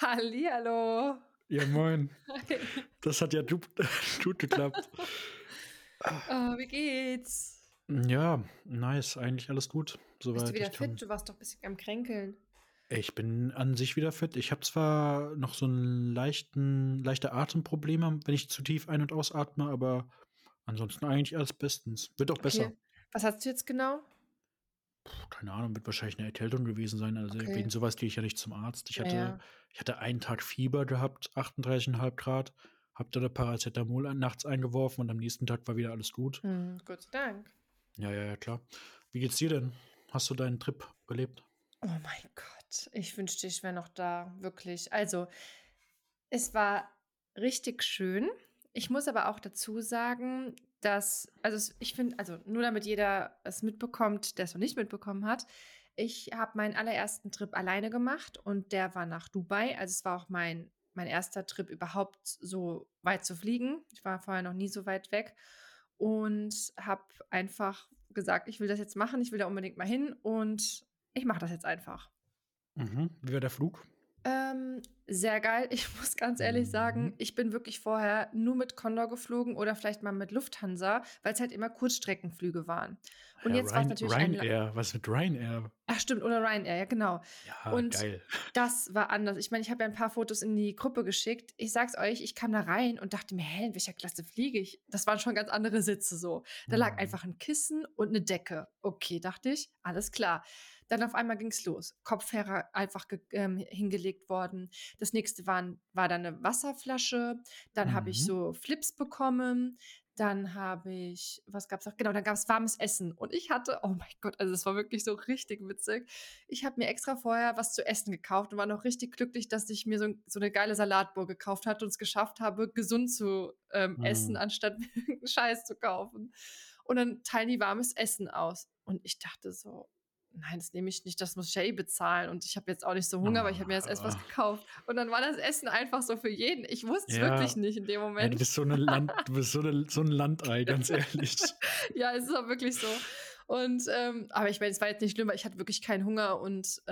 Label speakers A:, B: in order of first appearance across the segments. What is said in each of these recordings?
A: Hallihallo.
B: Ja, moin.
A: Hi.
B: Das hat ja gut geklappt.
A: Wie geht's?
B: Ja, nice. Eigentlich alles gut.
A: Bist du
B: Soweit
A: wieder
B: ich
A: fit?
B: kann.
A: Du warst doch ein bisschen am Kränkeln.
B: Ich bin an sich wieder fit. Ich habe zwar noch so 'n leichte Atemprobleme, wenn ich zu tief ein und ausatme, aber ansonsten eigentlich alles bestens. Wird auch besser.
A: Okay. Was hast du jetzt genau?
B: Keine Ahnung, wird wahrscheinlich 'ne Erkältung gewesen sein. Also,
A: Okay.
B: wegen so was gehe ich ja nicht zum Arzt. Ich
A: Ja,
B: hatte
A: ja.
B: ich hatte einen Tag Fieber gehabt, 38,5 Grad, habe da Paracetamol nachts eingeworfen und am nächsten Tag war wieder alles gut.
A: Gott sei Dank.
B: Ja, ja, ja, klar. Wie geht's dir denn? Hast du deinen Trip überlebt?
A: Oh mein Gott, ich wünschte, ich wäre noch da, wirklich. Also, es war richtig schön. Ich muss aber auch dazu sagen, dass ich finde, also, nur damit jeder es mitbekommt, der es noch nicht mitbekommen hat, ich habe meinen allerersten Trip alleine gemacht und der war nach Dubai. Also, es war auch mein erster Trip überhaupt, so weit zu fliegen. Ich war vorher noch nie so weit weg und habe einfach gesagt: „Ich will das jetzt machen, ich will da unbedingt mal hin und ich mache das jetzt einfach.“
B: Wie war der Flug?
A: Sehr geil. Ich muss ganz ehrlich sagen,
B: Mhm.
A: ich bin wirklich vorher nur mit Condor geflogen oder vielleicht mal mit Lufthansa, weil es halt immer Kurzstreckenflüge waren. Und
B: Ja,
A: jetzt war es natürlich ein la
B: Ryanair. Was mit Ryanair?
A: ach stimmt, oder Ryanair, ja genau.
B: Ja,
A: Und
B: geil.
A: das war anders. Ich meine, ich habe ja ein paar Fotos in die Gruppe geschickt. Ich sag's euch, ich kam da rein und dachte mir: „Hä, in welcher Klasse fliege ich?“ Das waren schon ganz andere Sitze so. Da lag
B: Mhm.
A: einfach ein Kissen und eine Decke. Okay, dachte ich, alles klar. Dann auf einmal ging's los. Kopfhörer einfach hingelegt worden. Das nächste war dann eine Wasserflasche. Dann habe ich
B: Mhm.
A: so Flips bekommen. Dann habe ich was gab's noch? Genau, dann gab's warmes Essen. Und ich hatte, oh mein Gott, also es war wirklich so richtig witzig. Ich habe mir extra vorher was zu essen gekauft und war noch richtig glücklich, dass ich mir so 'ne geile Salatbar gekauft hatte und es geschafft habe, gesund zu, essen,
B: Mhm.
A: anstatt mir irgend 'n Scheiß zu kaufen. Und dann teilen die warmes Essen aus. Und ich dachte so: „Nein, das nehme ich nicht, das muss Shay bezahlen und ich habe jetzt auch nicht so Hunger, aber ich habe mir jetzt erst was
B: Ah,
A: gekauft.“ Und dann war das Essen einfach so für jeden. Ich wusste es wirklich
B: ja.
A: nicht in dem
B: Ja, du
A: Moment.
B: bist du bist so 'n Landei, ganz ehrlich.
A: Ja, es ist auch wirklich so. Und, aber ich meine, es war jetzt nicht schlimm, weil ich hatte wirklich keinen Hunger und,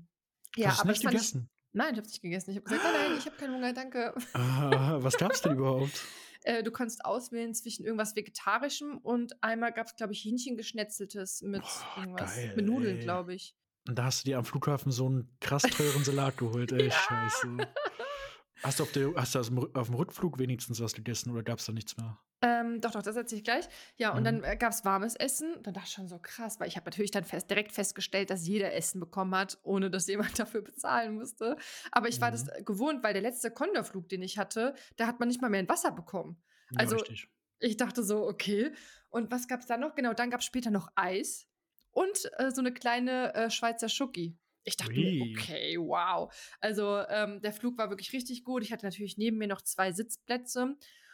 B: Hast
A: ja,
B: du's
A: aber
B: nicht
A: das fand ich
B: gegessen?
A: nein, ich habe es nicht gegessen. Ich habe gesagt: „Nein, nein, ich habe keinen Hunger, danke.“
B: Was gab's denn überhaupt?
A: Du kannst auswählen zwischen irgendwas Vegetarischem und einmal gab's, glaube ich, Hähnchengeschnetzeltes mit
B: Oh,
A: irgendwas mit
B: geil,
A: Nudeln,
B: ey.
A: glaube ich.
B: Und da hast du dir am Flughafen so 'n krass teuren Salat geholt, ey,
A: Ja.
B: scheiße. Hast du auf'm Rückflug wenigstens was gegessen oder gab's da nichts mehr?
A: Doch, doch, das erzähle ich gleich. Ja, und
B: Mhm.
A: dann, gab's warmes Essen. Dann dachte ich schon so: „Krass“, weil ich habe natürlich dann direkt festgestellt, dass jeder Essen bekommen hat, ohne dass jemand dafür bezahlen musste. Aber ich war das,
B: Mhm.
A: gewohnt, weil der letzte Condor-Flug, den ich hatte, da hat man nicht mal mehr 'n Wasser bekommen.
B: Ja,
A: Also,
B: richtig.
A: ich dachte so: „Okay.“ Und was gab's dann noch? Genau, dann gab's später noch Eis und, so 'ne kleine, Schweizer Schoki. Ich dachte mir:
B: Ui.
A: „Okay, wow.“ Also, der Flug war wirklich richtig gut. Ich hatte natürlich neben mir noch 2 Sitzplätze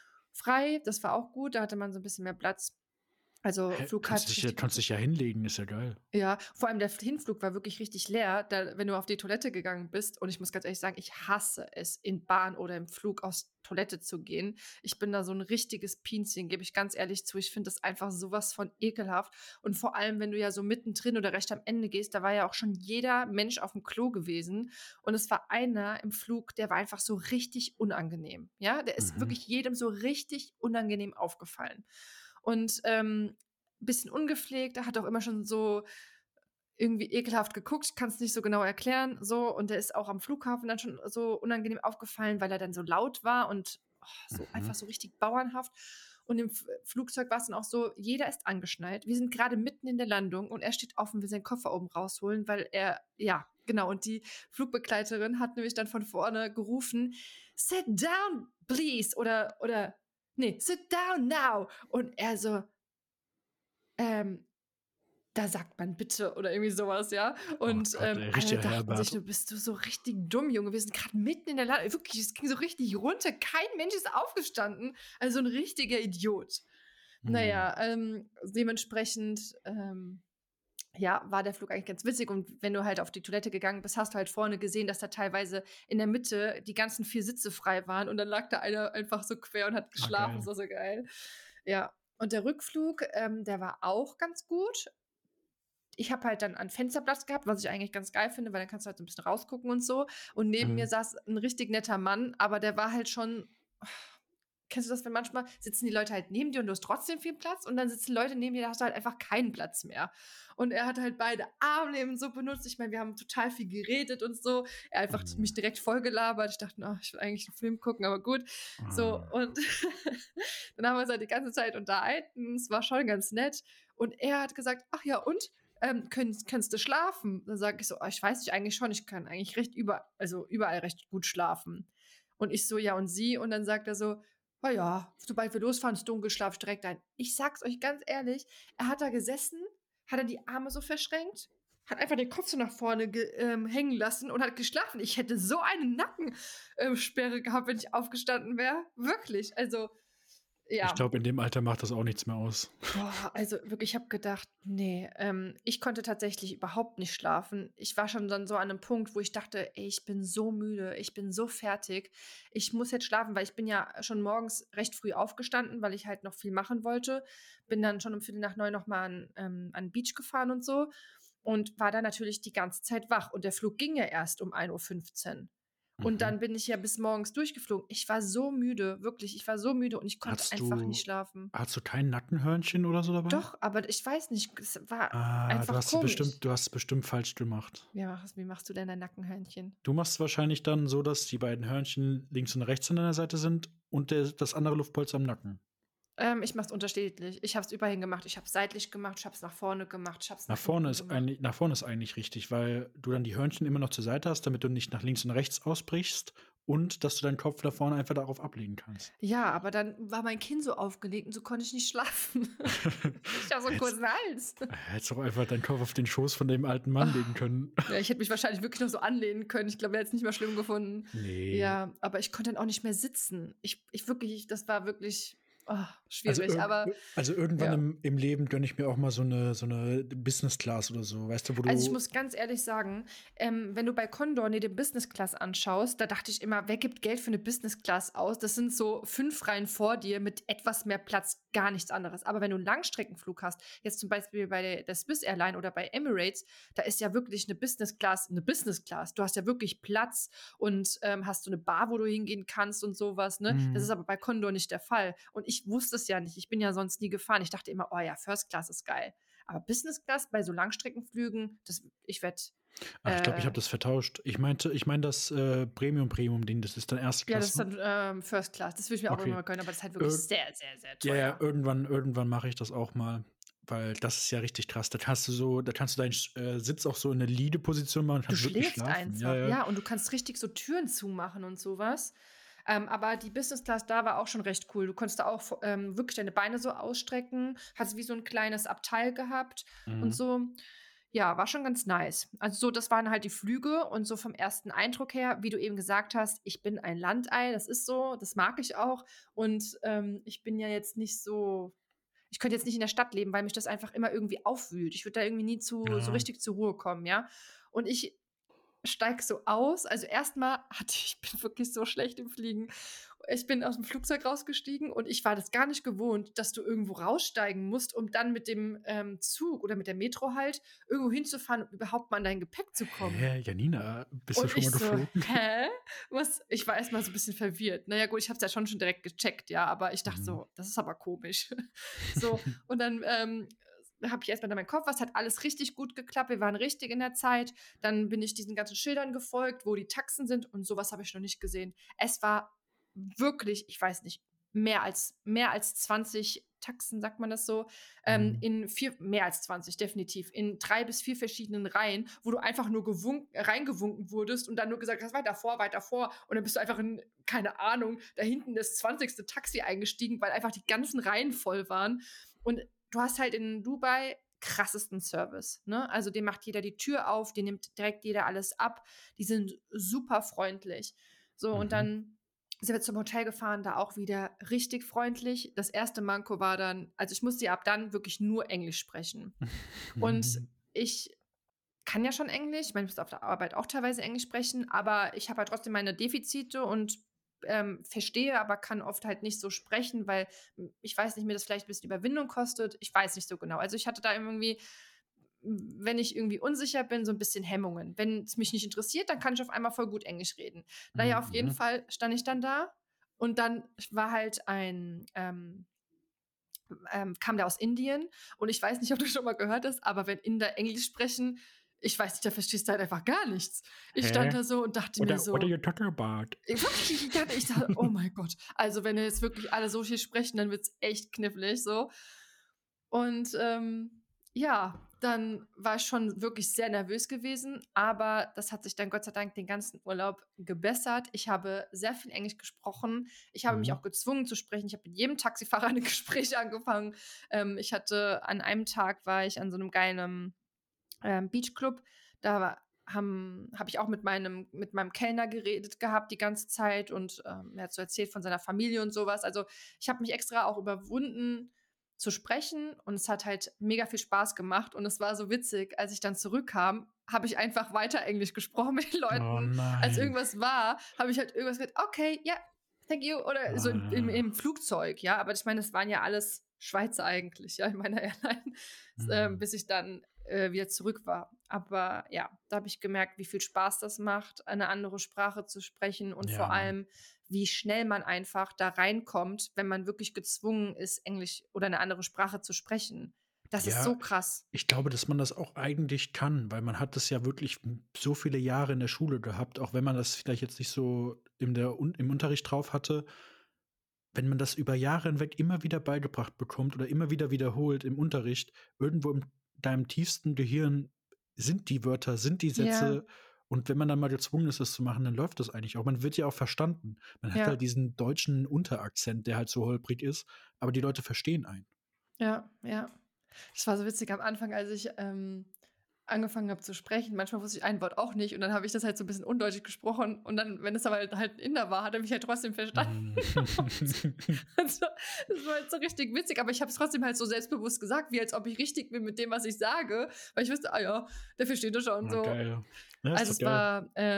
A: frei, das war auch gut, da hatte man so 'n bisschen mehr Platz. Also,
B: Hä,
A: Flug hat richtig gut
B: kannst dich ja hinlegen, ist ja geil.
A: ja, vor allem der Hinflug war wirklich richtig leer, da wenn du auf die Toilette gegangen bist und ich muss ganz ehrlich sagen, ich hasse es, in Bahn oder im Flug aufs Toilette zu gehen. Ich bin da so 'n richtiges Pinchen, gebe ich ganz ehrlich zu. Ich finde das einfach so was von ekelhaft und vor allem, wenn du ja so mittendrin oder recht am Ende gehst, da war ja auch schon jeder Mensch aufm Klo gewesen und es war einer im Flug, der war einfach so richtig unangenehm, ja? Der ist
B: Mhm.
A: wirklich jedem so richtig unangenehm aufgefallen und, bisschen ungepflegt, er hat auch immer schon so irgendwie ekelhaft geguckt, kann's nicht so genau erklären, so. Und der ist auch am Flughafen dann schon so unangenehm aufgefallen, weil er dann so laut war und, so
B: Mhm.
A: einfach so richtig bauernhaft. Und im Flugzeug war's dann auch so, jeder ist angeschnallt. Wir sind grade mitten in der Landung und er steht auf und will seinen Koffer oben rausholen, weil er ja, genau. Und die Flugbegleiterin hat nämlich dann von vorne gerufen: „Sit down, please“ oder ne: „Sit down now.“ Und er so, ähm da sagt man „bitte“ oder irgendwie sowas, ja?
B: Oh
A: Und,
B: Gott, ey,
A: alle
B: richtiger
A: dachten sich
B: Herbert.
A: nur: „Bist du so richtig dumm, Junge? Wir sind grad mitten in der La“, wirklich, es ging so richtig runter. Kein Mensch ist aufgestanden. Also 'n richtiger Idiot. Na
B: Mhm.
A: ja, dementsprechend, ja, war der Flug eigentlich ganz witzig und wenn du halt auf die Toilette gegangen bist, hast du halt vorne gesehen, dass da teilweise in der Mitte die ganzen 4 Sitze frei waren und dann lag da einer einfach so quer und hat
B: Ah,
A: geschlafen. Das
B: geil.
A: war so geil. Ja, und der Rückflug, der war auch ganz gut. ich habe halt dann einen Fensterplatz gehabt, was ich eigentlich ganz geil finde, weil dann kannst du halt so ein bisschen rausgucken und so. Und neben mir
B: Mhm.
A: saß ein richtig netter Mann, aber der war halt schon. Kennst du das, wenn manchmal sitzen die Leute halt neben dir und du hast trotzdem viel Platz und dann sitzen Leute neben dir, da hast du halt einfach keinen Platz mehr. Und er hat halt beide Armlehnen so benutzt. Ich meine, wir haben total viel geredet und so. Er hat einfach mich
B: Mhm.
A: direkt vollgelabert. Ich dachte, ich will eigentlich einen Film gucken, aber gut. So,
B: Ah.
A: und dann haben wir uns halt die ganze Zeit unterhalten. Es war schon ganz nett. Und er hat gesagt, ach ja, und? Kannst du schlafen? Dann sage ich so, ich weiß nicht, eigentlich schon, ich kann eigentlich überall recht gut schlafen. Und ich so, ja, und sie? Und dann sagt er so, ja, sobald wir losfahren, ist dunkel, schlaf direkt ein. Ich sag's euch ganz ehrlich, er hat da gesessen, hat er die Arme so verschränkt, hat einfach den Kopf so nach vorne hängen lassen und hat geschlafen. Ich hätte so eine Nackensperre gehabt, wenn ich aufgestanden wäre. Wirklich. Also,
B: Ich
A: ja.
B: glaube, in dem Alter macht das auch nichts mehr aus.
A: Boah, also wirklich, ich habe gedacht, nee, ich konnte tatsächlich überhaupt nicht schlafen. Ich war schon dann so an einem Punkt, wo ich dachte: „Ey, ich bin so müde, ich bin so fertig. Ich muss jetzt schlafen“, weil ich bin ja schon morgens recht früh aufgestanden, weil ich halt noch viel machen wollte. Bin dann schon um 8:45 noch mal an 'n Beach gefahren und so und war dann natürlich die ganze Zeit wach und der Flug ging ja erst um 1:15 Uhr. Und
B: Mhm.
A: dann bin ich ja bis morgens durchgeflogen. Ich war so müde, wirklich, ich war so müde und ich konnte
B: Hattest
A: einfach nicht
B: du
A: schlafen.
B: hattest du kein Nackenhörnchen oder so dabei?
A: Doch, aber ich weiß nicht, es war
B: Ah,
A: einfach komisch.
B: du hast es bestimmt falsch gemacht.
A: Ja, wie machst du denn dein Nackenhörnchen?
B: Du machst es wahrscheinlich dann so, dass die beiden Hörnchen links und rechts an deiner Seite sind und das andere Luftpolster am Nacken.
A: Ich mache es unterschiedlich. Ich habe es überall hin gemacht. Ich habe es seitlich gemacht, ich habe es nach vorne gemacht, ich habe es nach hinten gemacht.
B: Nach vorne ist eigentlich richtig, weil du dann die Hörnchen immer noch zur Seite hast, damit du nicht nach links und rechts ausbrichst und dass du deinen Kopf da vorne einfach darauf ablegen kannst.
A: Ja, aber dann war mein Kinn so aufgelegt und so konnte ich nicht schlafen. Ich habe so einen
B: Hättest
A: kurzen Hals.
B: hättest auch einfach deinen Kopf auf den Schoß von dem alten Mann legen
A: Ah,
B: können.
A: ja, ich hätte mich wahrscheinlich wirklich noch so anlehnen können. Ich glaube, er hätte es nicht mehr schlimm gefunden.
B: Ne.
A: Ja, aber ich konnte dann auch nicht mehr sitzen. Ich wirklich, das war wirklich,
B: Also,
A: schwierig, aber
B: irgendwann
A: ja.
B: im Leben gönne ich mir auch mal so 'ne Business Class oder so, weißt du, wo
A: Also, ich
B: du
A: muss ganz ehrlich sagen, wenn du bei Condor dir den Business Class anschaust, da dachte ich immer: „Wer gibt Geld für eine Business Class aus?“ Das sind so 5 Reihen vor dir mit etwas mehr Platz, gar nichts anderes. Aber wenn du 'n Langstreckenflug hast, jetzt zum Beispiel bei der Swiss Airline oder bei Emirates, da ist ja wirklich eine Business Class 'ne Business Class. Du hast ja wirklich Platz und, hast so eine Bar, wo du hingehen kannst und sowas, ne? Das ist
B: mhm.
A: aber bei Condor nicht der Fall. Und ich wusste es ja nicht. Ich bin ja sonst nie gefahren. Ich dachte immer: „Oh ja, First Class ist geil.“ Aber Business Class bei so Langstreckenflügen, ich werde,
B: Ach, ich glaube, ich
A: äh
B: habe das vertauscht. Ich meine das, Premium-Ding, das ist dann erste
A: ja, das ist
B: Klasse.
A: dann, First Class. Das würde ich mir auch
B: Okay.
A: irgendwann mal gönnen, aber das ist halt wirklich
B: Ir
A: sehr, sehr, sehr
B: ja, ja,
A: teuer.
B: irgendwann mache ich das auch mal, weil das ist ja richtig krass. Da kannst du deinen Sitz auch so in 'ne Liegeposition machen und
A: Du
B: kannst wirklich
A: schläfst
B: schlafen. Ja,
A: einfach,
B: ja.
A: ja, und du kannst richtig so Türen zumachen und sowas. Aber die Business Class da war auch schon recht cool. Du konntest da auch wirklich deine Beine so ausstrecken, hast wie so ein kleines Abteil gehabt und
B: Mhm.
A: so. Ja, war schon ganz nice. Also so, das waren halt die Flüge und so vom ersten Eindruck her, wie du eben gesagt hast, ich bin ein Landei, das ist so, das mag ich auch. Und ich bin ja jetzt nicht so, ich könnte jetzt nicht in der Stadt leben, weil mich das einfach immer irgendwie aufwühlt. Ich würde da irgendwie nie so
B: Ja.
A: richtig zur Ruhe kommen, ja. Und ich steige so aus. Also, erstmal hatte ich bin wirklich so schlecht im Fliegen. Ich bin aus'm Flugzeug rausgestiegen und ich war das gar nicht gewohnt, dass du irgendwo raussteigen musst, um dann mit dem, Zug oder mit der Metro halt irgendwo hinzufahren, um überhaupt mal an dein Gepäck zu kommen.
B: Hä, Janina, bist du
A: Und
B: schon mal
A: ich so:
B: geflogen?
A: „Hä? Was?“ Ich war erst mal so 'n bisschen verwirrt. Na ja, gut, ich habe es ja schon direkt gecheckt, ja, aber ich dachte
B: Mhm.
A: so: „Das ist aber komisch.“ So, und dann, habe ich erst mal da meinen Kopf, was hat alles richtig gut geklappt. Wir waren richtig in der Zeit. Dann bin ich diesen ganzen Schildern gefolgt, wo die Taxen sind und so was habe ich noch nicht gesehen. Es war wirklich, ich weiß nicht, mehr als 20 Taxen, sagt man das so,
B: Mhm.
A: in 4 mehr als 20 definitiv, in 3 bis 4 verschiedenen Reihen, wo du einfach nur reingewunken wurdest und dann nur gesagt hast: weiter vor.“ Und dann bist du einfach in, keine Ahnung, da hinten das 20. Taxi eingestiegen, weil einfach die ganzen Reihen voll waren. Und du hast halt in Dubai krassesten Service, ne? Also, dem macht jeder die Tür auf, dir nimmt direkt jeder alles ab. Die sind super freundlich. So, und
B: Mhm.
A: dann sind wir zum Hotel gefahren, da auch wieder richtig freundlich. Das erste Manko war dann, also, ich musste ja ab dann wirklich nur Englisch sprechen. Und ich kann ja schon Englisch, ich meine, ich muss auf der Arbeit auch teilweise Englisch sprechen, aber ich habe halt trotzdem meine Defizite und, verstehe, aber kann oft halt nicht so sprechen, weil, ich weiß nicht, mir das vielleicht ein bisschen Überwindung kostet. Ich weiß nicht so genau. Also, ich hatte da irgendwie wenn ich irgendwie unsicher bin, so ein bisschen Hemmungen. Wenn es mich nicht interessiert, dann kann ich auf einmal voll gut Englisch reden. Na ja, auf jeden
B: Mhm.
A: Fall stand ich dann da und dann war halt kam der aus Indien und ich weiß nicht, ob du schon mal gehört hast, aber wenn Inder Englisch sprechen, ich weiß nicht, da verstehst du halt einfach gar nichts. Ich stand
B: Hä?
A: da so und dachte mir
B: What are
A: so,
B: you talking about?
A: wirklich, ich dachte, oh mein Gott, also wenn jetzt wirklich alle so viel sprechen, dann wird es echt knifflig so. Und ja, dann war ich schon wirklich sehr nervös gewesen, aber das hat sich dann Gott sei Dank den ganzen Urlaub gebessert. Ich habe sehr viel Englisch gesprochen. Ich habe mich
B: Mhm.
A: auch gezwungen zu sprechen. Ich habe mit jedem Taxifahrer ein Gespräch angefangen. Ich hatte an einem Tag war ich an so einem geilen Beachclub. Da habe ich auch mit meinem Kellner geredet gehabt die ganze Zeit und er hat so erzählt von seiner Familie und sowas. Also ich habe mich extra auch überwunden zu sprechen und es hat halt mega viel Spaß gemacht und es war so witzig, als ich dann zurückkam, habe ich einfach weiter Englisch gesprochen mit den
B: Oh
A: Leuten. Als
B: nein.
A: irgendwas war, habe ich halt irgendwas gesagt, okay, ja, yeah, thank you, oder so im
B: Ah.
A: Flugzeug, ja, aber ich meine, das waren ja alles Schweizer eigentlich, ja, in meiner Airline,
B: Mhm.
A: bis ich dann wieder zurück war. Aber ja, da habe ich gemerkt, wie viel Spaß das macht, eine andere Sprache zu sprechen und
B: Ja,
A: vor
B: Mann.
A: allem, wie schnell man einfach da reinkommt, wenn man wirklich gezwungen ist, Englisch oder eine andere Sprache zu sprechen. Das ist
B: Ja,
A: so krass.
B: ich glaube, dass man das auch eigentlich kann, weil man hat das ja wirklich so viele Jahre in der Schule gehabt, auch wenn man das vielleicht jetzt nicht so im Unterricht drauf hatte. Wenn man das über Jahre hinweg immer wieder beigebracht bekommt oder immer wieder wiederholt im Unterricht, irgendwo in deinem tiefsten Gehirn sind die Wörter, sind die
A: Ja,
B: Sätze. Und wenn man dann mal gezwungen ist, das zu machen, dann läuft das eigentlich auch. Man wird ja auch verstanden. Man hat halt
A: ja,
B: diesen deutschen Unterakzent, der halt so holprig ist, aber die Leute verstehen einen.
A: ja, ja. Das war so witzig am Anfang, als ich angefangen habe zu sprechen. Manchmal wusste ich ein Wort auch nicht und dann habe ich das halt so ein bisschen undeutlich gesprochen und dann, wenn es aber halt ein Inder war, hat er mich halt trotzdem verstanden.
B: Mhm.
A: Also, das war halt so richtig witzig, aber ich habe es trotzdem halt so selbstbewusst gesagt, wie als ob ich richtig bin mit dem, was ich sage, weil ich wusste, ah ja, der versteht das schon
B: Ah,
A: so.
B: geil. Ja, ist
A: Also
B: doch geil.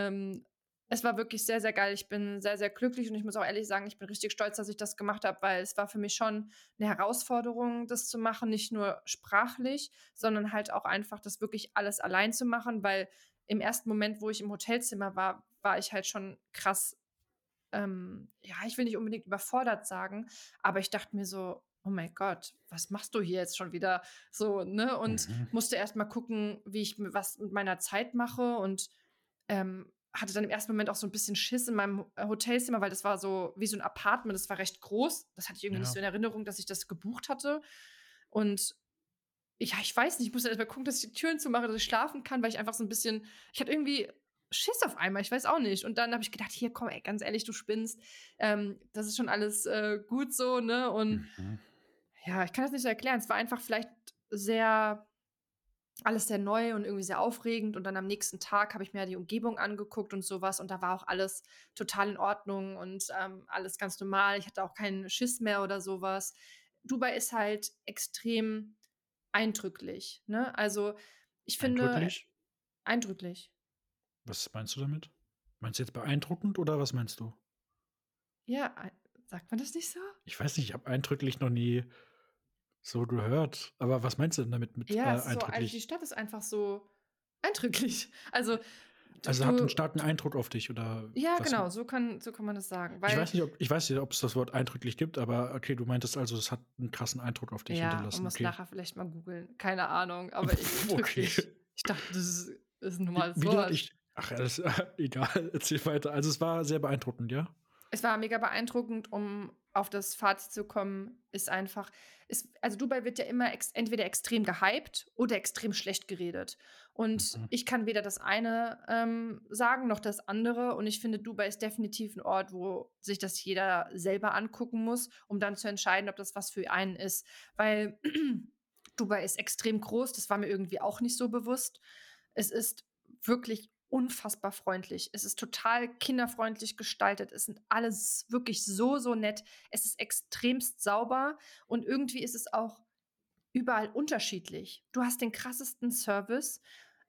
A: es war wirklich sehr, sehr geil. Ich bin sehr, sehr glücklich und ich muss auch ehrlich sagen, ich bin richtig stolz, dass ich das gemacht habe, weil es war für mich schon eine Herausforderung, das zu machen, nicht nur sprachlich, sondern halt auch einfach das wirklich alles allein zu machen, weil im ersten Moment, wo ich im Hotelzimmer war, war ich halt schon krass, ja, ich will nicht unbedingt überfordert sagen, aber ich dachte mir so: „Oh mein Gott, was machst du hier jetzt schon wieder?“ So, ne? Und
B: Mhm.
A: musste erst mal gucken, wie ich was mit meiner Zeit mache und hatte dann im ersten Moment auch so ein bisschen Schiss in meinem Hotelzimmer, weil das war so wie so ein Apartment, das war recht groß. Das hatte ich irgendwie nicht so
B: Ja.
A: in Erinnerung, dass ich das gebucht hatte. Und ja, ich weiß nicht, ich musste erst mal gucken, dass ich die Türen zumache, dass ich schlafen kann, weil ich einfach so ein bisschen ich hatte irgendwie Schiss auf einmal, ich weiß auch nicht. Und dann habe ich gedacht: „Hier, komm, ey, ganz ehrlich, du spinnst. Das ist schon alles, gut so“, ne? Und
B: Mhm.
A: ja, ich kann das nicht so erklären. Es war einfach vielleicht sehr alles sehr neu und irgendwie sehr aufregend und dann am nächsten Tag habe ich mir ja die Umgebung angeguckt und sowas und da war auch alles total in Ordnung und, alles ganz normal. Ich hatte auch keinen Schiss mehr oder sowas. Dubai ist halt extrem eindrücklich, ne? Also, ich finde
B: Eindrücklich?
A: eindrücklich.
B: Was meinst du damit? Meinst du jetzt beeindruckend oder was meinst du?
A: Ja, sagt man das nicht so?
B: Ich weiß nicht, ich habe eindrücklich noch nie so gehört. Aber was meinst du denn damit mit,
A: Ja, es ist so die
B: eindrücklich?
A: Stadt ist einfach so eindrücklich. Also,
B: Also, hat 'n
A: du
B: starken Eindruck auf dich oder
A: ja,
B: was?
A: genau, so kann man das sagen,
B: Ich
A: weil
B: weiß nicht, ob's das Wort eindrücklich gibt, aber okay, du meintest also, es hat 'n krassen Eindruck auf dich
A: ja, man
B: hinterlassen,
A: muss
B: okay.
A: nachher vielleicht mal googeln. Keine Ahnung, aber
B: Okay.
A: eindrücklich. Ich dachte, das ist 'n
B: Wie
A: normales
B: wie gesagt,
A: Wort.
B: ich ach, alles egal, erzähl weiter. Also, es war sehr beeindruckend, ja?
A: Es war mega beeindruckend, um auf das Fazit zu kommen, ist einfach also, Dubai wird ja immer entweder extrem gehypt oder extrem schlecht geredet. Und
B: Mhm.
A: ich kann weder das eine, sagen noch das andere. Und ich finde, Dubai ist definitiv ein Ort, wo sich das jeder selber angucken muss, um dann zu entscheiden, ob das was für einen ist. Weil Dubai ist extrem groß, das war mir irgendwie auch nicht so bewusst. Es ist wirklich unfassbar freundlich. Es ist total kinderfreundlich gestaltet. Es sind alles wirklich so, so nett. Es ist extremst sauber und irgendwie ist es auch überall unterschiedlich. Du hast den krassesten Service.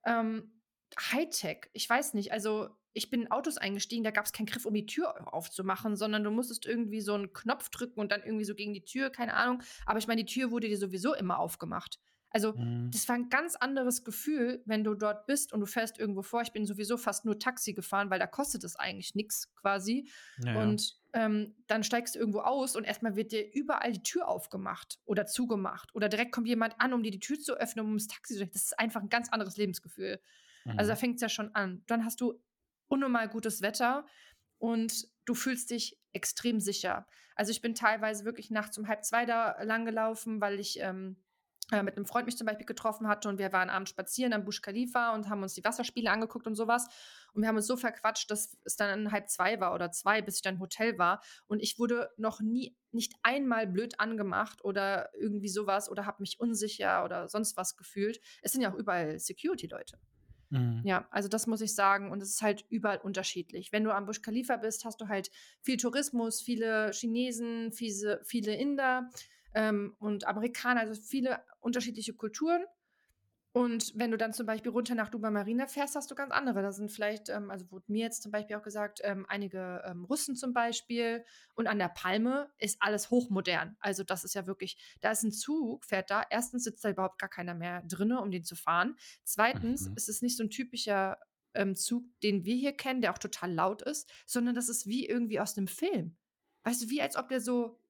A: Hightech, ich weiß nicht. Also, ich bin in Autos eingestiegen, da gab es keinen Griff, um die Tür aufzumachen, sondern du musstest irgendwie so einen Knopf drücken und dann irgendwie so gegen die Tür, keine Ahnung. Aber ich meine, die Tür wurde dir sowieso immer aufgemacht. Also,
B: Mhm.
A: das war ein ganz anderes Gefühl, wenn du dort bist und du fährst irgendwo vor. Ich bin sowieso fast nur Taxi gefahren, weil da kostet es eigentlich nix quasi.
B: Ja, ja.
A: Und, dann steigst du irgendwo aus und erst mal wird dir überall die Tür aufgemacht oder zugemacht oder direkt kommt jemand an, um dir die Tür zu öffnen, um ins Taxi zu. Das ist einfach ein ganz anderes Lebensgefühl. Also, da
B: Mhm.
A: fängt's ja schon an. Dann hast du unnormal gutes Wetter und du fühlst dich extrem sicher. Also, ich bin teilweise wirklich nachts um 1:30 da langgelaufen, weil ich, mit einem Freund mich zum Beispiel getroffen hatte und wir waren abends spazieren am Burj Khalifa und haben uns die Wasserspiele angeguckt und sowas. Und wir haben uns so verquatscht, dass es dann 1:30 war oder 2, bis ich dann im Hotel war. Und ich wurde noch nie nicht einmal blöd angemacht oder irgendwie sowas oder habe mich unsicher oder sonst was gefühlt. Es sind ja auch überall Security-Leute.
B: Mhm.
A: Ja, also das muss ich sagen und es ist halt überall unterschiedlich. Wenn du am Burj Khalifa bist, hast du halt viel Tourismus, viele Chinesen, viele Inder, und Amerikaner, also viele unterschiedliche Kulturen. Und wenn du dann zum Beispiel runter nach Dubai Marina fährst, hast du ganz andere. Da sind vielleicht, also wurde mir jetzt zum Beispiel auch gesagt, einige Russen zum Beispiel. Und an der Palme ist alles hochmodern. Also das ist ja wirklich, da ist ein Zug, fährt da. Erstens sitzt da überhaupt gar keiner mehr drinne, um den zu fahren. Zweitens
B: Mhm.
A: ist es nicht so ein typischer Zug, den wir hier kennen, der auch total laut ist, sondern das ist wie irgendwie aus einem Film. Weißt du, wie als ob der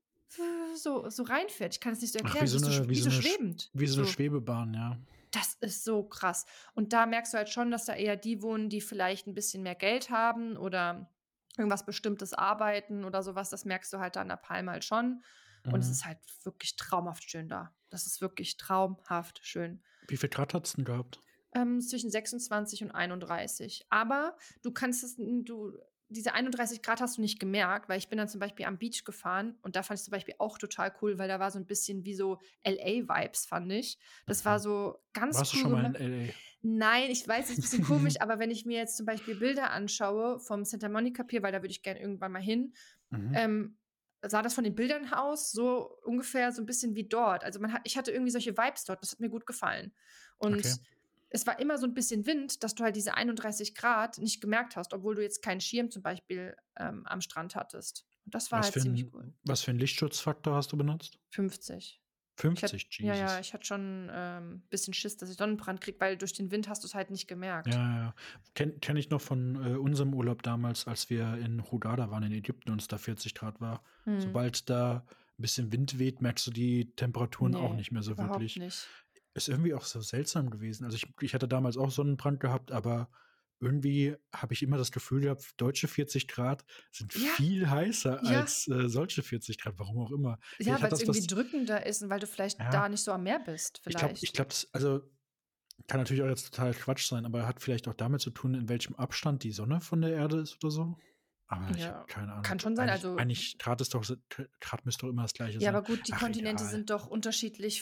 A: so reinfährt. Ich kann es nicht so
B: Ach,
A: erklären. Das ist so, wie so schwebend.
B: wie so 'ne
A: So.
B: Schwebebahn, ja.
A: Das ist so krass. Und da merkst du halt schon, dass da eher die wohnen, die vielleicht ein bisschen mehr Geld haben oder irgendwas Bestimmtes arbeiten oder sowas. Das merkst du halt da an der Palme halt schon. Und es
B: Mhm.
A: ist halt wirklich traumhaft schön da. Das ist wirklich traumhaft schön.
B: Wie viel Grad hat's denn gehabt?
A: Zwischen 26 und 31. Aber du kannst es du diese 31 Grad hast du nicht gemerkt, weil ich bin dann zum Beispiel am Beach gefahren und da fand ich zum Beispiel auch total cool, weil da war so ein bisschen wie so LA-Vibes, fand ich. Das war
B: Mhm.
A: so ganz
B: Warst du
A: cool
B: schon mal in
A: gemacht.
B: LA?
A: Nein, ich weiß, das ist 'n bisschen komisch, aber wenn ich mir jetzt zum Beispiel Bilder anschaue vom Santa Monica Pier, weil da würde ich gerne irgendwann mal hin,
B: Mhm.
A: ähm, sah das von den Bildern aus so ungefähr so 'n bisschen wie dort. Also, ich hatte irgendwie solche Vibes dort, das hat mir gut gefallen.
B: Okay.
A: Und es war immer so 'n bisschen Wind, dass du halt diese 31 Grad nicht gemerkt hast, obwohl du jetzt keinen Schirm zum Beispiel, am Strand hattest. Und das war halt ziemlich cool.
B: Was für 'n Lichtschutzfaktor hast du benutzt?
A: 50. Ich hatte
B: 50,
A: ja,
B: Jesus.
A: ich hatte schon, bisschen Schiss, dass ich Sonnenbrand kriege, weil durch den Wind hast du's halt nicht
B: Ja,
A: gemerkt.
B: ja, ja. Kenne ich noch von, unserem Urlaub damals, als wir in Hurghada waren in Ägypten und es da 40 Grad war.
A: Mhm.
B: Sobald da 'n bisschen Wind weht, merkst du die Temperaturen auch
A: Ne,
B: nicht mehr so
A: überhaupt
B: wirklich.
A: nicht.
B: Ist irgendwie auch so seltsam gewesen. Also, ich hatte damals auch Sonnenbrand gehabt, aber irgendwie habe ich immer das Gefühl gehabt, deutsche 40 Grad sind
A: Ja,
B: viel heißer
A: ja,
B: als, solche 40 Grad, warum auch immer. Vielleicht
A: ja,
B: hat
A: weil's
B: das
A: irgendwie
B: was
A: drückender ist und weil du vielleicht
B: ja,
A: da nicht so am Meer bist
B: ich
A: vielleicht.
B: glaube, das also, kann natürlich auch jetzt total Quatsch sein, aber hat vielleicht auch damit zu tun, in welchem Abstand die Sonne von der Erde ist oder so? Aber ich habe
A: Ja,
B: keine Ahnung.
A: kann schon sein.
B: Eigentlich
A: Also,
B: eigentlich Grad ist doch Grad müsste doch immer das Gleiche
A: ja,
B: sein.
A: aber gut, die
B: Ach,
A: Kontinente
B: egal.
A: sind doch unterschiedlich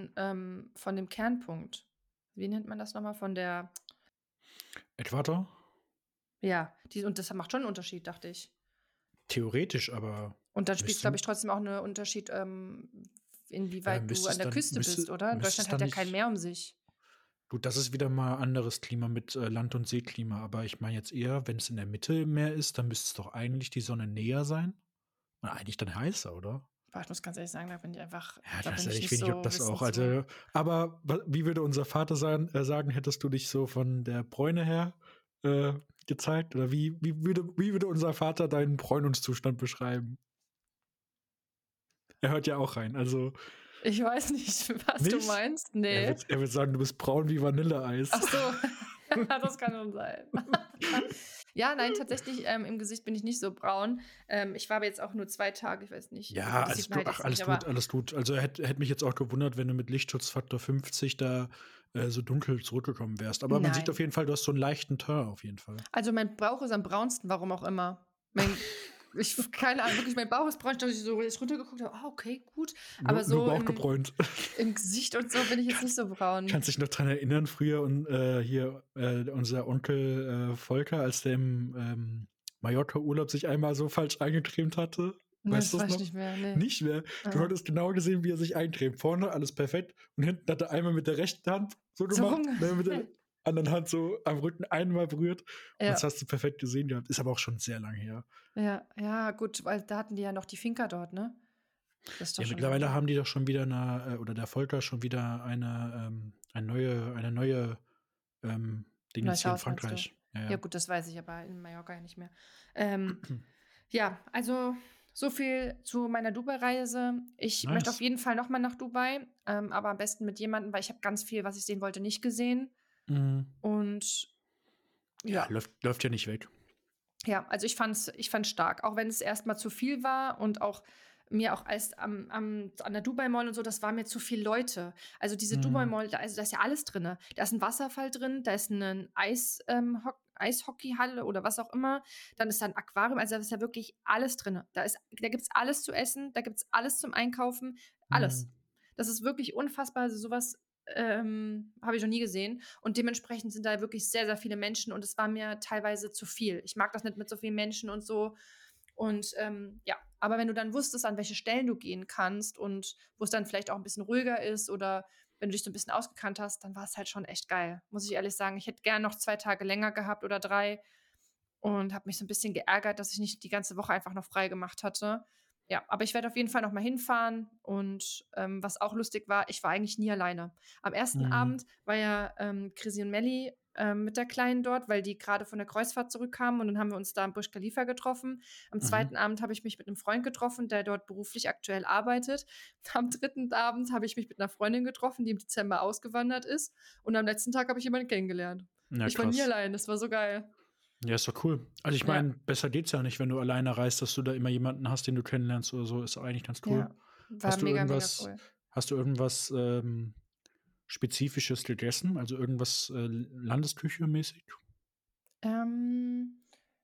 A: von dem Kernpunkt. Wie nennt man das noch mal? Von der
B: Äquator?
A: ja, und das macht schon 'n Unterschied, dachte ich.
B: Theoretisch, aber
A: Und dann spielt's, glaube
B: müsste
A: ich, trotzdem auch 'ne Unterschied, inwieweit du an der Küste bist, oder?
B: müsste es
A: Deutschland hat
B: dann
A: ja kein
B: nicht
A: Meer um sich.
B: gut, das ist wieder mal anderes Klima mit, Land und Seeklima, aber ich meine jetzt eher, wenn es in der Mitte im Meer ist, dann müsste es doch eigentlich die Sonne näher sein und eigentlich dann heißer, oder?
A: Boah, ich muss ganz ehrlich sagen,
B: Ja,
A: da
B: ganz
A: bin ich
B: ehrlich,
A: nicht
B: finde ich, ob
A: so
B: das auch.
A: wissenswo.
B: Also, aber wie würde unser Vater sagen, hättest du dich so von der Bräune her äh, gezeigt? Oder wie würde unser Vater deinen Bräunungszustand beschreiben? Er hört ja auch rein, also
A: Ich weiß nicht, was du
B: nicht?
A: meinst. Ne.
B: Er wird sagen, du bist braun wie Vanilleeis.
A: Ach so, das kann schon sein. Ja, nein, tatsächlich, im Gesicht bin ich nicht so braun. Ich war aber jetzt auch nur 2 Tage, ich weiß nicht. Also
B: Ja,
A: gut, das
B: alles
A: sieht man halt
B: ach,
A: jetzt nicht, aber
B: alles gut. Also, hätte mich jetzt auch gewundert, wenn du mit Lichtschutzfaktor 50 da, so dunkel zurückgekommen wärst. Aber man sieht auf
A: nein.
B: jeden Fall, du hast so 'n leichten Teint auf jeden Fall.
A: Also, mein Bauch ist am braunsten, warum auch immer. Keine Ahnung, wirklich, mein Bauch ist braun, dass ich so als ich runtergeguckt habe: „Ah, okay, gut.“ Aber
B: Nur
A: so
B: bauchgebräunt.
A: im Gesicht und so bin ich jetzt nicht so braun.
B: Kannst dich noch dran erinnern, früher und, hier, unser Onkel, Volker, als der im, Mallorca-Urlaub sich einmal so falsch eingecremt hatte?
A: Ne,
B: Weißt
A: das
B: du das
A: weiß ich
B: noch?
A: nicht mehr, ne.
B: Nicht mehr? Du
A: Mhm.
B: hattest genau gesehen, wie er sich eincremt. Vorne alles perfekt und hinten hat er einmal mit der rechten Hand so
A: So
B: gemacht
A: rum
B: und dann mit der anderen Hand so am Rücken einmal berührt und das
A: ja,
B: hast du perfekt gesehen gehabt. Ist aber auch schon sehr lang her.
A: ja, ja, gut, weil da hatten die ja noch die Finca dort, ne? Das ist doch
B: Ja,
A: schon mal
B: mittlerweile
A: gut.
B: haben die doch schon wieder oder der Volker schon wieder eine neue Dingens
A: Neues
B: hier in
A: Haus meinst du?
B: Frankreich. Ja,
A: Ja
B: ja.
A: gut, das weiß ich aber in Mallorca ja nicht mehr. Ähm, ja, also so viel zu meiner Dubai-Reise. Ich möchte auf
B: Nice.
A: jeden Fall noch mal nach Dubai, aber am besten mit jemandem, weil ich habe ganz viel, was ich sehen wollte, nicht gesehen.
B: Mhm.
A: Und
B: Ja,
A: ja,
B: läuft ja nicht weg.
A: ja, also ich fand's stark, auch wenn es erst mal zu viel war und auch mir auch erst an der Dubai Mall und so, das war mir zu viel Leute. Also diese Dubai
B: Mhm.
A: Mall, da ist ja alles drin. Da ist ein Wasserfall drin, da ist ein Eishockeyhalle oder was auch immer, dann ist da 'n Aquarium, also da ist ja wirklich alles drin. Da gibt's alles zu essen, da gibt's alles zum Einkaufen,
B: Mhm.
A: alles. Das ist wirklich unfassbar, also so was, habe ich noch nie gesehen. Und dementsprechend sind da wirklich sehr, sehr viele Menschen und es war mir teilweise zu viel. Ich mag das nicht mit so vielen Menschen und so. Und ja, aber wenn du dann wusstest, an welche Stellen du gehen kannst und wo es dann vielleicht auch ein bisschen ruhiger ist oder wenn du dich so ein bisschen ausgekannt hast, dann war es halt schon echt geil, muss ich ehrlich sagen. Ich hätte gern noch 2 Tage länger gehabt oder 3 und habe mich so ein bisschen geärgert, dass ich nicht die ganze Woche einfach noch frei gemacht hatte. Ja, aber ich werde auf jeden Fall noch mal hinfahren und, was auch lustig war, ich war eigentlich nie alleine. Am ersten
B: Mhm.
A: Abend war ja, Chrissy und Melli, mit der Kleinen dort, weil die gerade von der Kreuzfahrt zurückkamen und dann haben wir uns da am Burj Khalifa getroffen. Am
B: Mhm.
A: zweiten Abend habe ich mich mit einem Freund getroffen, der dort beruflich aktuell arbeitet. Am dritten Abend habe ich mich mit einer Freundin getroffen, die im Dezember ausgewandert ist und am letzten Tag habe ich jemanden kennengelernt.
B: Ja,
A: Ich war nie
B: krass.
A: allein, das war so geil.
B: Ja, ist doch cool. Also ich
A: Ja.
B: meine, besser geht's ja nicht, wenn du alleine reist, dass du da immer jemanden hast, den du kennenlernst oder so, ist eigentlich ganz cool.
A: Ja, war
B: Hast du
A: mega, mega
B: irgendwas,
A: cool.
B: hast du irgendwas Spezifisches gegessen? Also irgendwas Landesküche-mäßig?
A: Ähm,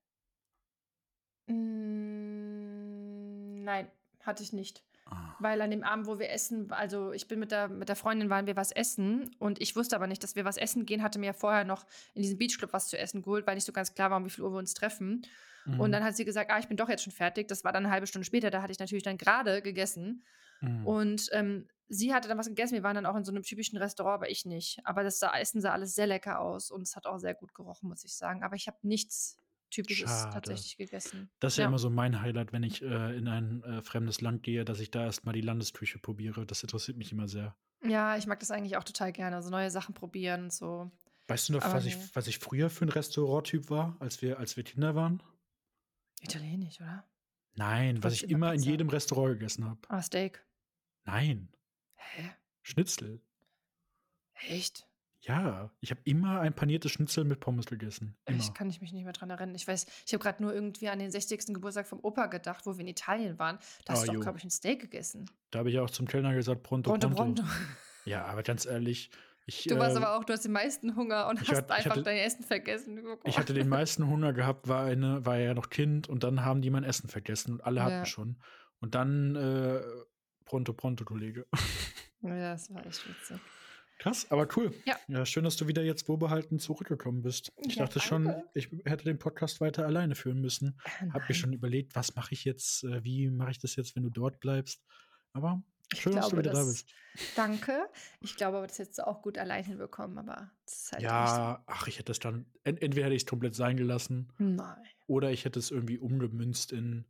A: nein, hatte ich nicht.
B: Ah.
A: Weil an dem Abend, wo wir essen, also ich bin mit der Freundin waren wir was essen und ich wusste aber nicht, dass wir was essen gehen, hatte mir ja vorher noch in diesem Beachclub was zu essen geholt, weil nicht so ganz klar war, um wie viel Uhr wir uns treffen. Und
B: Mhm.
A: dann hat sie gesagt, ich bin doch jetzt schon fertig. Das war dann eine halbe Stunde später, da hatte ich natürlich dann gerade gegessen.
B: Mhm.
A: Und sie hatte dann was gegessen. Wir waren dann auch in so einem typischen Restaurant, aber ich nicht. Aber Essen sah alles sehr lecker aus und es hat auch sehr gut gerochen, muss ich sagen. Aber ich habe nichts Typisches
B: Schade.
A: tatsächlich gegessen.
B: Das ist ja
A: Ja.
B: immer so mein Highlight, wenn ich in ein fremdes Land gehe, dass ich da erstmal die Landesküche probiere. Das interessiert mich immer sehr.
A: Ja, ich mag das eigentlich auch total gerne, also neue Sachen probieren und so.
B: Weißt du noch,
A: Aber
B: was ich,
A: ne,
B: was ich früher für ein Restauranttyp war, als wir Kinder waren?
A: italienisch, oder?
B: Nein,
A: Du
B: was
A: wolltest
B: ich
A: immer
B: immer in
A: Pizza.
B: jedem Restaurant gegessen habe.
A: Ah, Steak.
B: Nein,
A: Hä?
B: Schnitzel.
A: Echt?
B: Ja, ich habe immer ein paniertes Schnitzel mit Pommes gegessen.
A: Ich
B: Immer.
A: kann ich mich nicht mehr dran erinnern. Ich weiß, ich habe gerade nur irgendwie an den 60. Geburtstag vom Opa gedacht, wo wir in Italien waren. Da
B: Ah,
A: hast du doch,
B: jo.
A: glaube ich, 'n Steak gegessen.
B: Da habe ich auch zum Kellner gesagt, pronto,
A: Pronto,
B: pronto.
A: pronto.
B: Ja, aber ganz ehrlich, ich,
A: Du warst
B: äh,
A: aber auch du hast den meisten Hunger und
B: ich,
A: hast
B: hat, ich,
A: einfach
B: hatte,
A: dein Essen vergessen.
B: ich hatte den meisten Hunger gehabt, war ja noch Kind und dann haben die mein Essen vergessen und alle hatten
A: Ja,
B: schon. Und dann, pronto, pronto, Kollege.
A: ja, das war echt witzig.
B: Krass, aber cool.
A: Ja.
B: Ja, schön, dass du wieder jetzt wohlbehalten zurückgekommen bist. Ich
A: Ja,
B: dachte schon,
A: danke.
B: ich hätte den Podcast weiter alleine führen müssen. Hab mir schon
A: Nein.
B: überlegt, was mache ich jetzt, wie mache ich das jetzt, wenn du dort bleibst. Aber
A: Ich
B: schön, dass du
A: glaube,
B: wieder da
A: das
B: bist.
A: danke. Ich glaube aber, das hättest du auch gut allein hinbekommen, aber das ist halt nicht so.
B: Ja, ach, ich hätte es dann, entweder hätte ich es komplett sein gelassen
A: Nein.
B: oder ich hätte es irgendwie umgemünzt in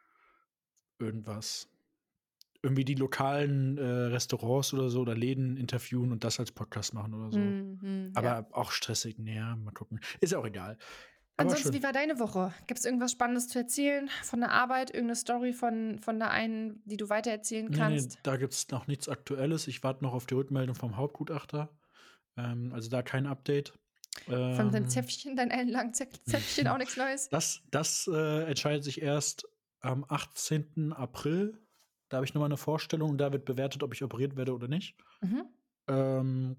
B: irgendwas. Irgendwie die lokalen Restaurants oder so oder Läden interviewen und das als Podcast machen oder so.
A: Mhm, ja.
B: Aber auch stressig, naja, mal gucken. Ist ja auch egal. Aber
A: Ansonsten,
B: schön.
A: wie war deine Woche? Gibt es irgendwas Spannendes zu erzählen von der Arbeit? Irgendeine Story von der einen, die du weitererzählen
B: Nee,
A: kannst?
B: da gibt es noch nichts Aktuelles. Ich warte noch auf die Rückmeldung vom Hauptgutachter. Also da kein Update.
A: Von deinem Zäpfchen, deinem ellenlangen Zäpfchen auch nichts Neues?
B: Das entscheidet sich erst am 18. April. Da habe ich nochmal eine Vorstellung und da wird bewertet, ob ich operiert werde oder nicht.
A: Mhm.
B: Ähm,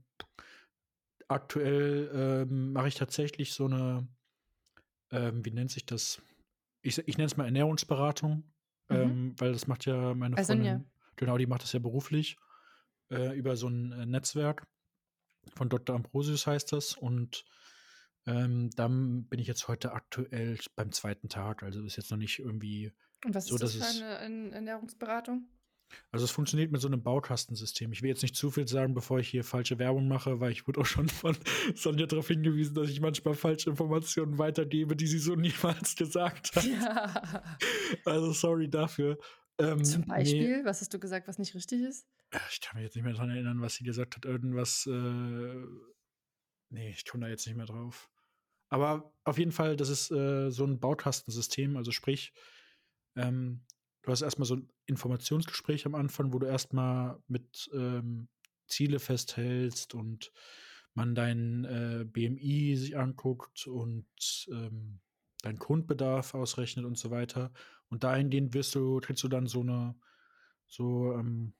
B: aktuell mache ich tatsächlich so eine, wie nennt sich das? Ich nenne es mal Ernährungsberatung,
A: Mhm.
B: weil das macht ja meine
A: Bei Sonja.
B: Freundin, genau, die macht das ja beruflich über so ein Netzwerk von Dr. Ambrosius heißt das. Und dann bin ich jetzt heute aktuell beim zweiten Tag. Also ist jetzt noch nicht irgendwie
A: Und was
B: so,
A: ist das
B: dass
A: für
B: es.
A: eine Ernährungsberatung?
B: Also es funktioniert mit so einem Baukastensystem. Ich will jetzt nicht zu viel sagen, bevor ich hier falsche Werbung mache, weil ich wurde auch schon von Sonja darauf hingewiesen, dass ich manchmal falsche Informationen weitergebe, die sie so niemals gesagt hat.
A: Ja.
B: Also sorry dafür.
A: Zum
B: Ne,
A: Beispiel? Was hast du gesagt, was nicht richtig ist?
B: ich kann mich jetzt nicht mehr dran erinnern, was sie gesagt hat. Irgendwas, ne, ich komme da jetzt nicht mehr drauf. Aber auf jeden Fall, das ist, so 'n Baukastensystem. Also sprich, ähm, du hast erst mal so 'n Informationsgespräch am Anfang, wo du erst mal mit, Ziele festhältst und man dein, BMI sich anguckt und, deinen Grundbedarf ausrechnet und so weiter. Und dahingehend kriegst du dann so,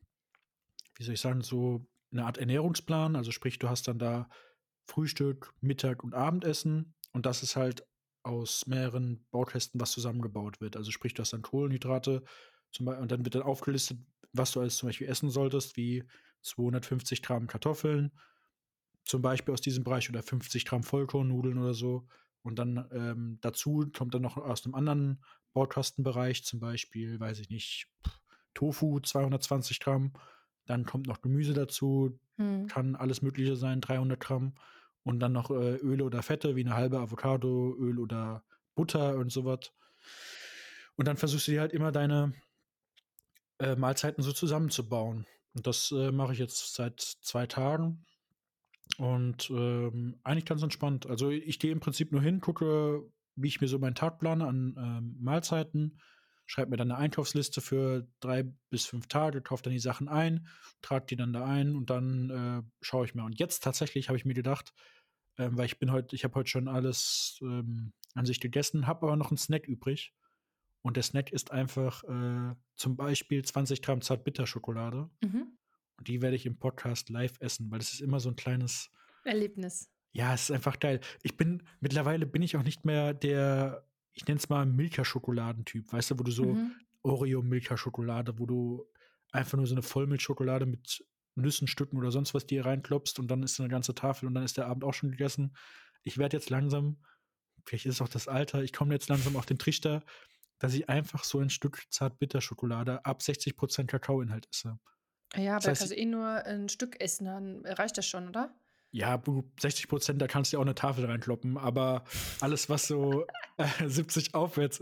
B: wie soll ich sagen, so eine Art Ernährungsplan. Also sprich, du hast dann da Frühstück, Mittag und Abendessen und das ist halt aus mehreren Baukästen, was zusammengebaut wird. Also sprich, du hast dann Kohlenhydrate und dann wird dann aufgelistet, was du alles zum Beispiel essen solltest, wie 250 Gramm Kartoffeln, zum Beispiel aus diesem Bereich oder 50 Gramm Vollkornnudeln oder so. Und dann dazu kommt dann noch aus einem anderen Baukastenbereich, zum Beispiel, weiß ich nicht, Tofu 220 Gramm. Dann kommt noch Gemüse dazu,
A: Mhm.
B: kann alles Mögliche sein, 300 Gramm. Und dann noch Öle oder Fette, wie eine halbe Avocado, Öl oder Butter und sowas. Und dann versuchst du dir halt immer deine Mahlzeiten so zusammenzubauen. Und das mache ich jetzt seit 2 Tagen. Und, eigentlich ganz entspannt. Also, ich gehe im Prinzip nur hin, gucke, wie ich mir so meinen Tag plane an, Mahlzeiten, schreibe mir dann eine Einkaufsliste für 3 bis 5 Tage, kaufe dann die Sachen ein, trage die dann da ein und dann, schaue ich mal. Und jetzt tatsächlich habe ich mir gedacht, weil ich habe heute schon alles, an sich gegessen, habe aber noch einen Snack übrig. Und der Snack ist einfach, zum Beispiel 20 Gramm Zartbitterschokolade.
A: Mhm.
B: Und die werde ich im Podcast live essen, weil das ist immer so ein kleines.
A: Erlebnis.
B: Ja, es ist einfach geil. Mittlerweile bin ich auch nicht mehr der, ich nenne es mal Milka-Schokoladentyp, weißt du, wo du so
A: Mhm.
B: Oreo-Milka-Schokolade, wo du einfach nur so eine Vollmilchschokolade mit Nüssenstücken oder sonst was dir reinklopfst und dann ist eine ganze Tafel und dann ist der Abend auch schon gegessen. Ich werde jetzt langsam, vielleicht ist es auch das Alter, ich komme jetzt langsam auf den Trichter, dass ich einfach so ein Stück Zartbitterschokolade ab 60% Kakaoinhalt esse.
A: Ja,
B: Das
A: aber da
B: heißt,
A: kannst du eh nur ein Stück essen, dann reicht das schon, oder?
B: ja, 60%, da kannst du ja auch eine Tafel reinkloppen, aber alles, was so 70 aufwärts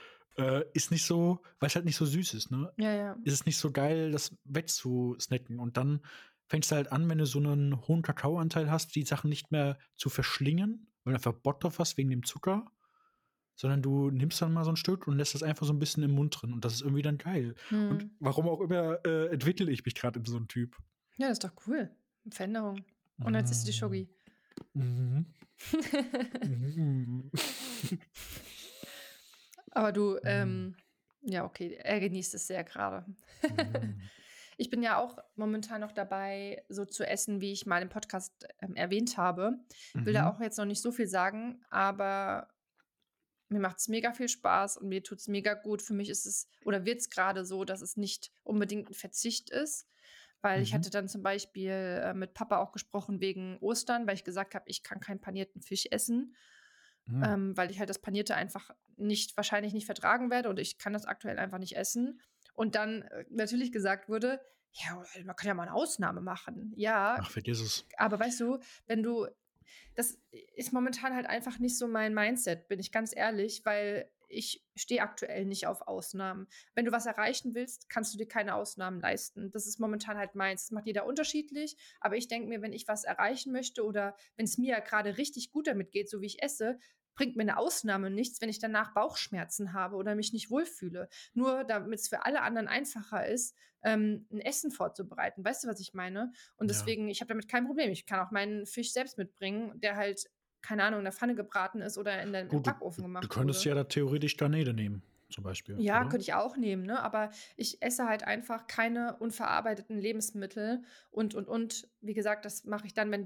B: ist nicht so, weil's halt nicht so süß ist, ne?
A: Ja, ja.
B: Ist es nicht so geil, das wegzusnacken. Und dann fängst du halt an, wenn du so einen hohen Kakaoanteil hast, die Sachen nicht mehr zu verschlingen, weil du einfach Bock drauf hast wegen dem Zucker, sondern du nimmst dann mal so ein Stück und lässt das einfach so ein bisschen im Mund drin und das ist irgendwie dann geil. Und
A: Mhm.
B: warum auch immer, entwickle ich mich gerade in so 'n Typ.
A: Ja, das ist doch cool. Veränderung. Und jetzt isst du die
B: Mm,
A: Schoki.
B: mhm. Mhm.
A: Aber du,
B: Mhm.
A: ja, okay, er genießt es sehr gerade.
B: Mhm.
A: Ich bin ja auch momentan noch dabei, so zu essen, wie ich mal im Podcast, erwähnt habe. Will da
B: Mhm.
A: auch jetzt noch nicht so viel sagen, aber mir macht es mega viel Spaß und mir tut es mega gut. Für mich ist es oder wird es gerade so, dass es nicht unbedingt ein Verzicht ist, weil ich
B: Mhm.
A: hatte dann zum Beispiel, mit Papa auch gesprochen wegen Ostern, weil ich gesagt habe, ich kann keinen panierten Fisch essen,
B: Mhm.
A: weil ich halt das Panierte einfach wahrscheinlich nicht vertragen werde und ich kann das aktuell einfach nicht essen. Und dann, natürlich gesagt wurde: „Ja, man kann ja mal eine Ausnahme machen.“ Ja,
B: Ach, vergiss es.
A: aber weißt du, wenn du das ist momentan halt einfach nicht so mein Mindset, bin ich ganz ehrlich, weil ich stehe aktuell nicht auf Ausnahmen. Wenn du was erreichen willst, kannst du dir keine Ausnahmen leisten. Das ist momentan halt meins. Das macht jeder unterschiedlich, aber ich denke mir, wenn ich was erreichen möchte oder wenn es mir ja grade richtig gut damit geht, so wie ich esse, bringt mir eine Ausnahme nichts, wenn ich danach Bauchschmerzen habe oder mich nicht wohlfühle. Nur damit es für alle anderen einfacher ist, 'n Essen vorzubereiten. Weißt du, was ich meine? Und
B: Ja.
A: deswegen, ich habe damit kein Problem. Ich kann auch meinen Fisch selbst mitbringen, der halt, keine Ahnung, in der Pfanne gebraten ist oder im
B: Gut, du
A: Backofen
B: du
A: gemacht
B: könntest
A: wurde.
B: ja da theoretisch Garnele nehmen, zum Beispiel,
A: Ja,
B: oder?
A: könnte ich auch nehmen, ne? Aber ich esse halt einfach keine unverarbeiteten Lebensmittel und. Wie gesagt, das mache ich dann,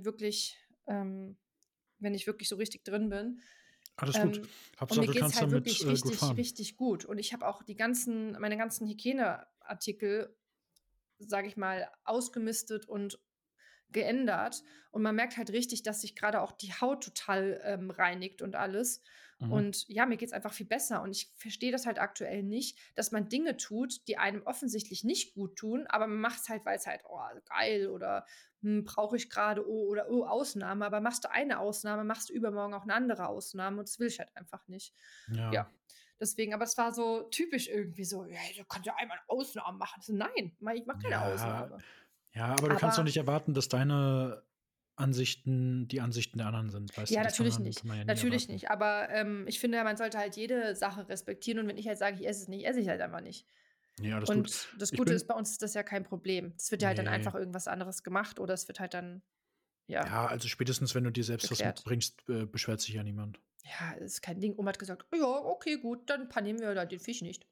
A: wenn ich wirklich so richtig drin bin.
B: Alles gut.
A: Und
B: Hauptsache,
A: mir
B: du
A: geht's
B: kannst
A: halt
B: damit,
A: wirklich
B: gut
A: richtig,
B: fahren.
A: richtig gut. Und ich habe auch meine ganzen Hygieneartikel, sage ich mal, ausgemistet und geändert und man merkt halt richtig, dass sich gerade auch die Haut total, reinigt und alles.
B: Mhm.
A: Und ja, mir geht's einfach viel besser und ich verstehe das halt aktuell nicht, dass man Dinge tut, die einem offensichtlich nicht gut tun, aber man macht's halt, weil's halt: „Oh, geil“ oder, „brauche ich gerade, oh“ oder „oh, Ausnahme“, aber machst du eine Ausnahme, machst du übermorgen auch eine andere Ausnahme und das will ich halt einfach nicht.
B: Ja.
A: Ja, Deswegen, aber es war so typisch irgendwie so: „Ja, du kannst ja einmal 'ne Ausnahme machen.“ Ich so: „Nein, ich mache keine
B: Ja,
A: Ausnahme.“
B: ja, aber du kannst doch
A: Aber
B: nicht erwarten, dass deine Ansichten die Ansichten der anderen sind, weißt du?
A: ja,
B: Das kann man ja nie
A: natürlich
B: erwarten.
A: nicht. Aber, ich finde, man sollte halt jede Sache respektieren und wenn ich halt sage: „Ich esse es nicht“, esse ich halt einfach nicht.
B: Ne, alles gut.
A: Und das
B: Ich
A: Gute ist,
B: bin
A: bei uns ist das ja kein Problem. Es wird ja halt dann
B: ne,
A: einfach irgendwas anderes gemacht oder es wird halt dann, ja,
B: ja, also spätestens, wenn du dir selbst was
A: geklärt.
B: mitbringst, beschwert sich ja niemand.
A: Ja, ist kein Ding. Oma hat gesagt: „Ja, okay, gut, dann panieren wir halt den Fisch nicht.“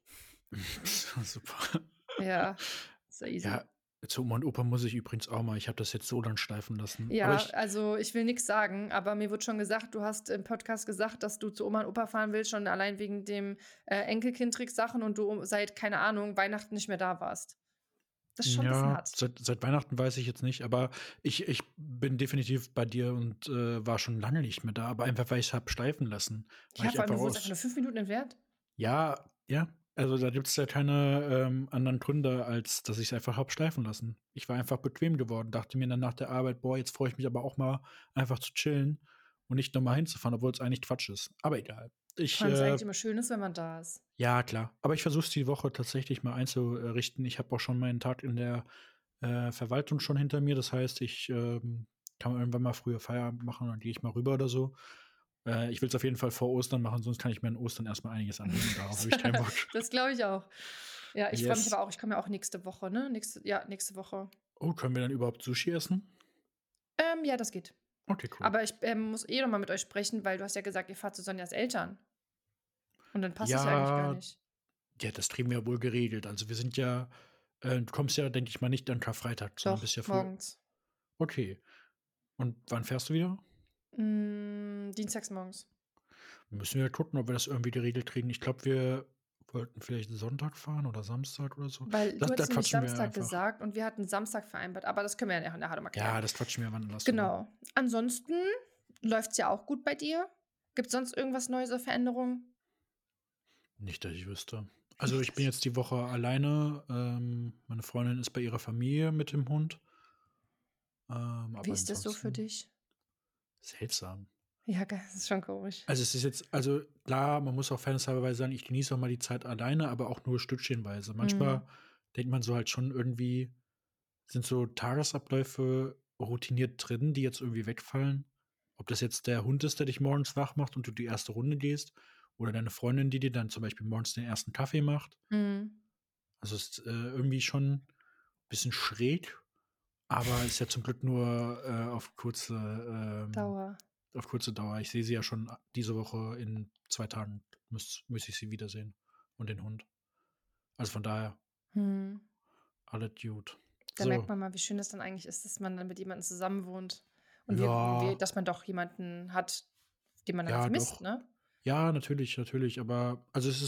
B: Super.
A: Ja, ist ja
B: Ja,
A: easy.
B: zu Oma und Opa muss ich übrigens auch mal. Ich habe das jetzt so lang schleifen lassen. Aber
A: Ja,
B: ich
A: also, ich will nix sagen, aber mir wurde schon gesagt, du hast im Podcast gesagt, dass du zu Oma und Opa fahren willst, schon allein wegen dem, Enkelkind-Trick-Sachen und du seit, keine Ahnung, Weihnachten nicht mehr da warst. Das ist schon 'n bisschen
B: ja,
A: hart.
B: seit Weihnachten weiß ich jetzt nicht, aber ich bin definitiv bei dir und, war schon lange nicht mehr da, aber einfach, weil ich's habe schleifen lassen, weil
A: Ja,
B: ich
A: vor allem,
B: einfach
A: du wohnst einfach
B: aus
A: nur 5 Minuten entfernt.
B: ja, ja, also, da gibt's ja keine, anderen Gründe, als dass ich's einfach habe schleifen lassen. Ich war einfach bequem geworden, dachte mir dann nach der Arbeit: „Boah, jetzt freue ich mich aber auch mal, einfach zu chillen und nicht noch mal hinzufahren“, obwohl's eigentlich Quatsch ist. Aber egal.
A: Vor
B: Ich,
A: allem ist eigentlich immer schön ist, wenn man da ist.
B: ja, klar. Aber ich versuche es die Woche tatsächlich mal einzurichten. Ich habe auch schon meinen Tag in der, Verwaltung schon hinter mir. Das heißt, ich, kann irgendwann mal früher Feierabend machen, dann gehe ich mal rüber oder so. Ich will es auf jeden Fall vor Ostern machen, sonst kann ich mir an Ostern erst mal einiges antun und darauf habe ich keinen Bock.
A: Das glaube ich auch. Ja, ich freue mich
B: Yes.
A: aber auch. Ich komme ja auch nächste Woche, ne? Nächste Woche.
B: Oh, können wir dann überhaupt Sushi essen?
A: Ja, das geht.
B: Okay, cool.
A: Aber ich, muss noch mal mit euch sprechen, weil du hast ja gesagt, ihr fahrt zu Sonjas Eltern. Und dann passt es ja eigentlich gar
B: Ja,
A: nicht.
B: ja, das kriegen wir wohl geregelt. Also, wir sind ja du kommst ja, denke ich mal, nicht an Karfreitag, sondern
A: Doch,
B: bist ja früher
A: morgens.
B: okay. Und wann fährst du wieder?
A: Dienstags morgens.
B: Müssen wir gucken, ob wir das irgendwie geregelt kriegen. Ich glaube, wir wollten vielleicht Sonntag fahren oder Samstag oder so.
A: Weil du
B: Da
A: hattest nämlich
B: quatschen wir
A: Samstag
B: einfach.
A: gesagt und wir hatten Samstag vereinbart, aber das können wir ja nachher noch mal klären.
B: Ja, das quatschen wir wann anders drüber.
A: Genau. Ansonsten läuft's ja auch gut bei dir. Gibt's sonst irgendwas Neues oder Veränderungen?
B: Nicht, dass ich wüsste. Also,
A: Nicht,
B: ich
A: dass
B: bin
A: ich
B: jetzt die Woche alleine. Meine Freundin ist bei ihrer Familie mit dem Hund.
A: Wie
B: Aber
A: ist das so für
B: ansonsten
A: dich?
B: seltsam.
A: Ja, das ist schon komisch.
B: Also, es ist jetzt also klar, man muss auch fairnesshalber sagen, ich genieße auch mal die Zeit alleine, aber auch nur stückchenweise.
A: Mhm.
B: Manchmal denkt man so halt schon irgendwie sind so Tagesabläufe routiniert drin, die jetzt irgendwie wegfallen? Ob das jetzt der Hund ist, der dich morgens wach macht und du die erste Runde gehst oder deine Freundin, die dir dann zum Beispiel morgens den ersten Kaffee macht.
A: Mhm.
B: Also, es ist, irgendwie schon ein bisschen schräg, aber ist ja zum Glück nur,
A: Dauer.
B: auf kurze Dauer. Ich sehe sie ja schon diese Woche in 2 Tagen müsste ich sie wiedersehen und den Hund. Also, von daher
A: Mhm.
B: alles gut.
A: Da
B: So,
A: merkt man mal, wie schön es dann eigentlich ist, dass man dann mit jemandem zusammenwohnt und
B: ja,
A: dass man doch jemanden hat, den man dann
B: ja,
A: vermisst,
B: doch.
A: ne?
B: Ja, natürlich, natürlich, aber also, es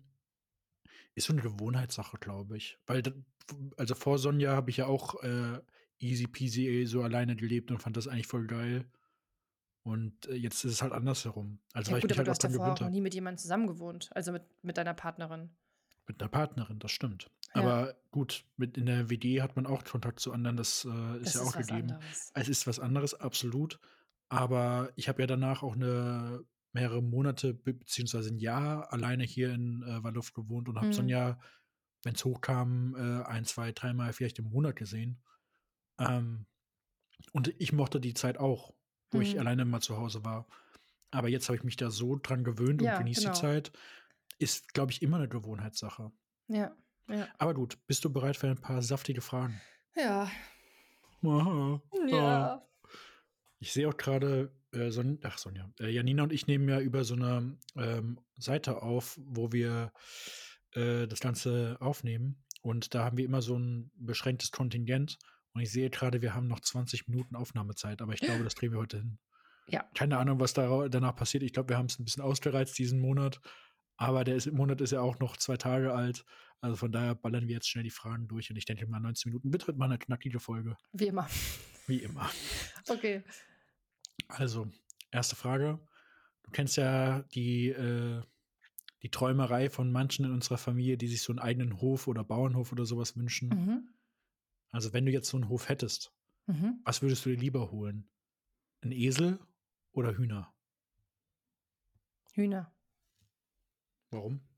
B: ist so 'ne Gewohnheitssache, glaube ich. Weil d also, vor Sonja habe ich ja auch, easy peasy so alleine gelebt und fand das eigentlich voll geil. Und, jetzt ist es halt andersherum. Also,
A: Ja
B: weil ich
A: gut,
B: mich
A: aber
B: halt
A: du
B: auch
A: hast ja
B: dran
A: vorher auch
B: gewöhnt
A: noch
B: habe.
A: nie mit jemandem zusammengewohnt, also mit deiner Partnerin.
B: Mit 'ner Partnerin, das stimmt.
A: Ja,
B: Aber gut, mit in der WG hat man auch Kontakt zu anderen, das, ist
A: das
B: ja
A: ist
B: auch
A: was
B: gegeben.
A: anderes.
B: Es ist was anderes, absolut. Aber ich habe ja danach auch mehrere Monate beziehungsweise 'n Jahr alleine hier in, Waldorf gewohnt und habe
A: Mhm.
B: Sonja, wenn's hochkam, 1, 2, dreimal vielleicht im Monat gesehen. Ähm, und ich mochte die Zeit auch, wo ich
A: Mhm.
B: alleine mal zu Hause war. Aber jetzt habe ich mich da so dran gewöhnt und
A: Ja,
B: genieße die
A: genau.
B: Zeit. Ist, glaube ich, immer 'ne Gewohnheitssache.
A: Ja, ja.
B: Aber gut, bist du bereit für ein paar saftige Fragen?
A: Ja.
B: Aha, ah.
A: Ja.
B: Ich sehe auch gerade, Sonja, Janina und ich nehmen ja über so eine Seite auf, wo wir, das Ganze aufnehmen. Und da haben wir immer so ein beschränktes Kontingent. Und ich sehe gerade, wir haben noch 20 Minuten Aufnahmezeit, aber ich glaube, das kriegen wir heute hin.
A: Ja.
B: Keine Ahnung, was danach passiert. Ich glaube, wir haben es ein bisschen ausgereizt diesen Monat, aber der Monat ist ja auch noch 2 Tage alt. Also, von daher ballern wir jetzt schnell die Fragen durch und ich denke mal 19 Minuten wird heute mal eine knackige Folge,
A: Wie immer.
B: wie immer.
A: Okay.
B: Also, erste Frage. Du kennst ja die Träumerei von manchen in unserer Familie, die sich so einen eigenen Hof oder Bauernhof oder sowas wünschen.
A: Mhm.
B: Also, wenn du jetzt so einen Hof hättest,
A: Mhm.
B: was würdest du dir lieber holen? 'N Esel oder Hühner?
A: Hühner.
B: Warum?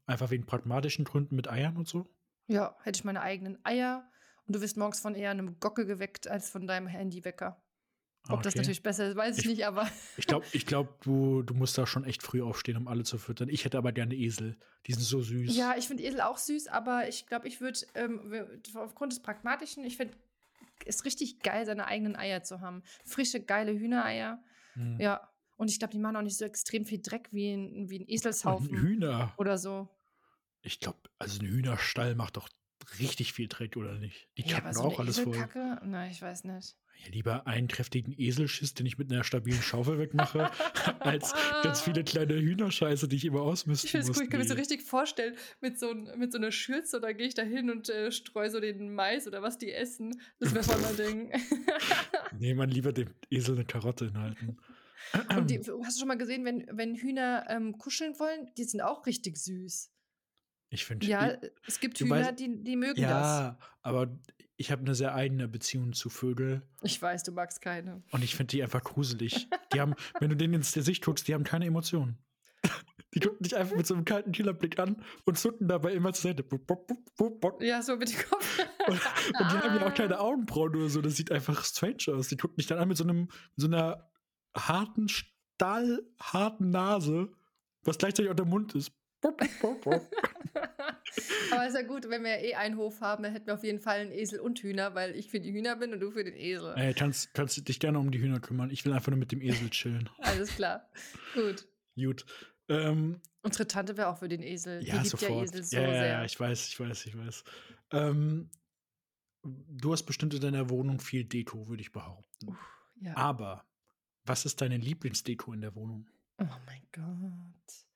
B: Einfach wegen pragmatischen Gründen mit Eiern und so?
A: Ja, hätte ich meine eigenen Eier und du wirst morgens von eher einem Gockel geweckt als von deinem Handywecker.
B: Ah,
A: Ob das
B: okay.
A: natürlich besser ist, weiß ich
B: Ich
A: nicht, aber
B: ich glaube, du musst da schon echt früh aufstehen, um alle zu füttern. Ich hätte aber gerne Esel. Die sind so süß.
A: ja, ich finde Esel auch süß, aber ich glaube, ich würde aufgrund des Pragmatischen, ich finde es richtig geil, seine eigenen Eier zu haben. Frische, geile Hühnereier.
B: Hm.
A: Ja. Und ich glaube, die machen auch nicht so extrem viel Dreck wie ein
B: Und
A: Eselshaufen
B: Hühner.
A: oder so.
B: Ich glaube, also ein Hühnerstall macht doch richtig viel Dreck, oder nicht? Die
A: Ja, aber
B: kacken
A: so
B: auch
A: eine
B: alles voll.
A: Eselkacke? Na, ich weiß nicht.
B: Ja, lieber einen kräftigen Eselschiss, den ich mit einer stabilen Schaufel wegmache, als ganz viele kleine Hühnerscheiße, die ich immer
A: Ich
B: ausmisten
A: finde es cool,
B: muss.
A: ich kann mir so
B: Nee.
A: richtig vorstellen, mit so einer Schürze, da gehe ich da hin und streue so den Mais oder was die essen. Das wäre voll mein Ding.
B: Nee, man lieber dem Esel eine Karotte hinhalten.
A: Und hast du schon mal gesehen, wenn Hühner kuscheln wollen, die sind auch richtig süß.
B: Ich finde,
A: Ja, es gibt
B: du
A: Hühner,
B: weißt,
A: die mögen das.
B: ja, aber ich habe eine sehr eigene Beziehung zu Vögeln
A: Ich weiß, du magst keine.
B: und ich finde die einfach gruselig. Die haben, wenn du denen ins Gesicht guckst, die haben keine Emotionen. Die gucken dich einfach mit so einem kalten Killerblick an und zucken dabei immer zur Seite. Bup, bup, bup, bup, bup.
A: Ja, so mit dem Kopf.
B: Und, und die haben ja auch keine Augenbrauen oder so. Das sieht einfach strange aus. Die gucken dich dann an mit so einer harten, stahlharten Nase, was gleichzeitig auch der Mund ist. Bup, bup, bup, bup.
A: Aber ist ja gut, wenn wir eh einen Hof haben, dann hätten wir auf jeden Fall einen Esel und Hühner, weil ich für die Hühner bin und du für den Esel.
B: Kannst du dich gerne um die Hühner kümmern. Ich will einfach nur mit dem Esel chillen.
A: Alles klar. Gut.
B: Gut.
A: Unsere Tante wäre auch für den Esel. Die
B: Ja,
A: liebt ja
B: sofort.
A: Esel so
B: Ja,
A: sehr.
B: ich weiß. Ähm, du hast bestimmt in deiner Wohnung viel Deko, würde ich behaupten.
A: Ja.
B: Aber was ist deine Lieblingsdeko in der Wohnung?
A: Oh mein Gott.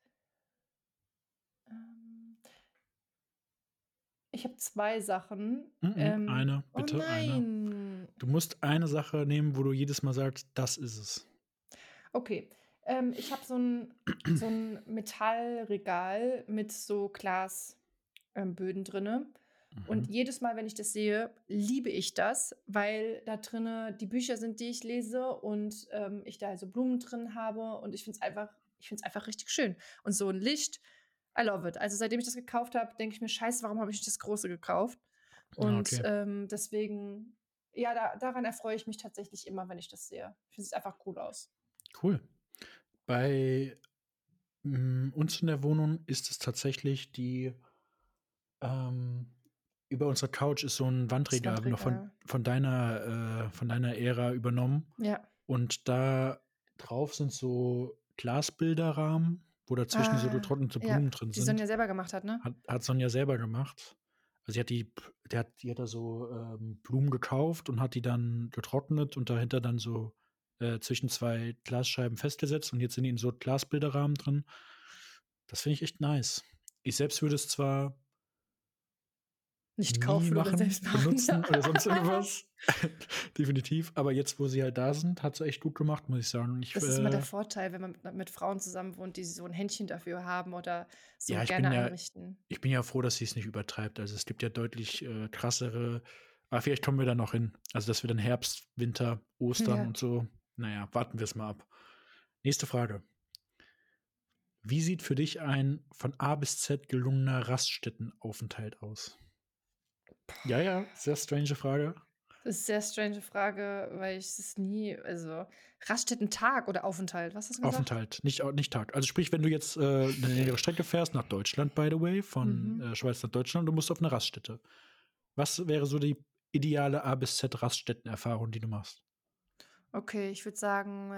A: Ich habe 2 Sachen.
B: Eine,
A: Oh
B: bitte, eine.
A: nein.
B: Du musst eine Sache nehmen, wo du jedes Mal sagst, das ist es.
A: Okay. Ich habe so ein Metallregal mit so Glas Böden drinne. Und
B: Mhm.
A: jedes Mal, wenn ich das sehe, liebe ich das, weil da drinne die Bücher sind, die ich lese und ich da also Blumen drin habe und ich finde es einfach richtig schön. Und so ein Licht, I love it. Also seitdem ich das gekauft habe, denke ich mir, scheiße, warum habe ich nicht das Große gekauft?
B: Ah,
A: Und
B: okay,
A: deswegen, ja, daran erfreue ich mich tatsächlich immer, wenn ich das sehe. Ich finde es einfach cool aus.
B: cool. Bei uns in der Wohnung ist es tatsächlich ähm, über unserer Couch ist so ein
A: Das
B: Wandregal noch
A: Wandregal.
B: von deiner Ära übernommen.
A: Ja.
B: Und da drauf sind so Glasbilderrahmen, wo dazwischen so
A: Ah,
B: getrocknete
A: ja,
B: Blumen drin
A: die Sonja
B: sind.
A: selber gemacht hat, ne?
B: Hat Sonja selber gemacht. Also die hat da so Blumen gekauft und hat die dann getrocknet und dahinter dann so zwischen 2 Glasscheiben festgesetzt und jetzt sind die in so Glasbilderrahmen drin. Das finde ich echt nice. Ich selbst würde es zwar
A: Nicht
B: nie
A: kaufen oder
B: machen,
A: selbst machen.
B: benutzen oder sonst irgendwas. Definitiv. Aber jetzt, wo sie halt da sind, hat sie echt gut gemacht, muss ich sagen.
A: Das ist immer der Vorteil, wenn man mit Frauen zusammen wohnt, die so ein Händchen dafür haben oder so
B: Ja,
A: gerne einrichten.
B: ich bin ja froh, dass sie es nicht übertreibt. Also es gibt ja deutlich krassere, aber vielleicht kommen wir da noch hin. Also dass wir dann Herbst, Winter, Ostern
A: Ja.
B: und so. Naja, warten wir es mal ab. Nächste Frage. Wie sieht für dich ein von A bis Z gelungener Raststättenaufenthalt aus? Ja, sehr strange Frage.
A: Das ist eine sehr strange Frage, weil ich es nie, also Raststätten-Tag oder Aufenthalt, was hast du gesagt?
B: Aufenthalt, nicht Tag. Also sprich, wenn du jetzt eine längere Strecke fährst, nach Deutschland, by the way, von
A: Mhm.
B: Schweiz nach Deutschland, du musst auf eine Raststätte. Was wäre so die ideale A bis Z Raststättenerfahrung, die du machst?
A: Okay, ich würde sagen,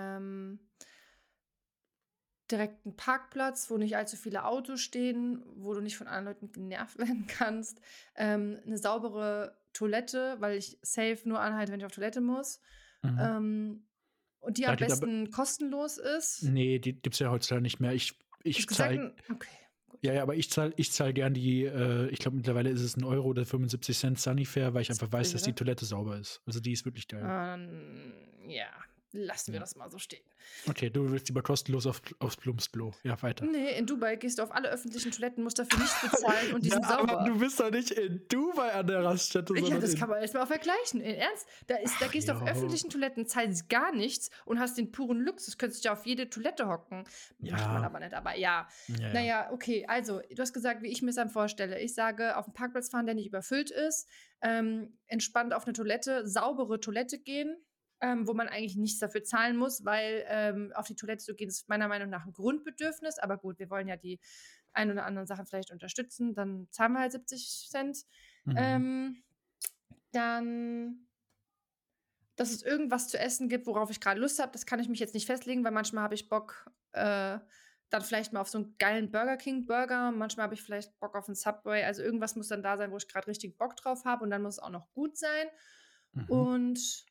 A: direkt ein Parkplatz, wo nicht allzu viele Autos stehen, wo du nicht von anderen Leuten genervt werden kannst. 'Ne saubere Toilette, weil ich safe nur anhalte, wenn ich auf Toilette muss.
B: Mhm.
A: Ähm, und die
B: Da
A: am
B: geht aber,
A: besten kostenlos ist.
B: nee, die gibt's ja heutzutage nicht mehr.
A: Du hast
B: Ich
A: gesagt
B: zahle,
A: 'n okay, gut.
B: ja, aber ich zahle gern ich glaube mittlerweile ist es 1 € oder 75 Cent Sunnyfair, weil ich einfach weiß, dass die
A: Irre.
B: Toilette sauber ist. Also die ist wirklich geil.
A: Ja. lassen wir
B: Ja.
A: das mal so stehen.
B: Okay, du willst lieber kostenlos aufs Plumpsklo. Ja, weiter.
A: Nee, in Dubai gehst du auf alle öffentlichen Toiletten, musst dafür nichts bezahlen und die
B: Ja,
A: sind
B: aber
A: sauber.
B: du bist doch nicht in Dubai an der Raststätte,
A: Ja,
B: sondern
A: das
B: in.
A: kann man erstmal vergleichen. In Ernst, da
B: Ach
A: gehst du auf
B: jo.
A: öffentlichen Toiletten, zahlst gar nichts und hast den puren Luxus. Könntest ja auf jede Toilette hocken. Macht man
B: Ja.
A: aber nicht, aber ja.
B: Ja.
A: Naja, okay, also, du hast gesagt, wie ich mir es dann vorstelle. Ich sage, auf den Parkplatz fahren, der nicht überfüllt ist, entspannt auf eine Toilette, saubere Toilette gehen, wo man eigentlich nichts dafür zahlen muss, weil auf die Toilette zu gehen ist meiner Meinung nach ein Grundbedürfnis. Aber gut, wir wollen ja die ein oder anderen Sachen vielleicht unterstützen, dann zahlen wir halt 70 Cent.
B: Mhm.
A: Dann, dass es irgendwas zu essen gibt, worauf ich gerade Lust habe, das kann ich mich jetzt nicht festlegen, weil manchmal habe ich Bock, dann vielleicht mal auf so einen geilen Burger King Burger, manchmal habe ich vielleicht Bock auf einen Subway, also irgendwas muss dann da sein, wo ich gerade richtig Bock drauf habe und dann muss es auch noch gut sein.
B: Mhm.
A: Und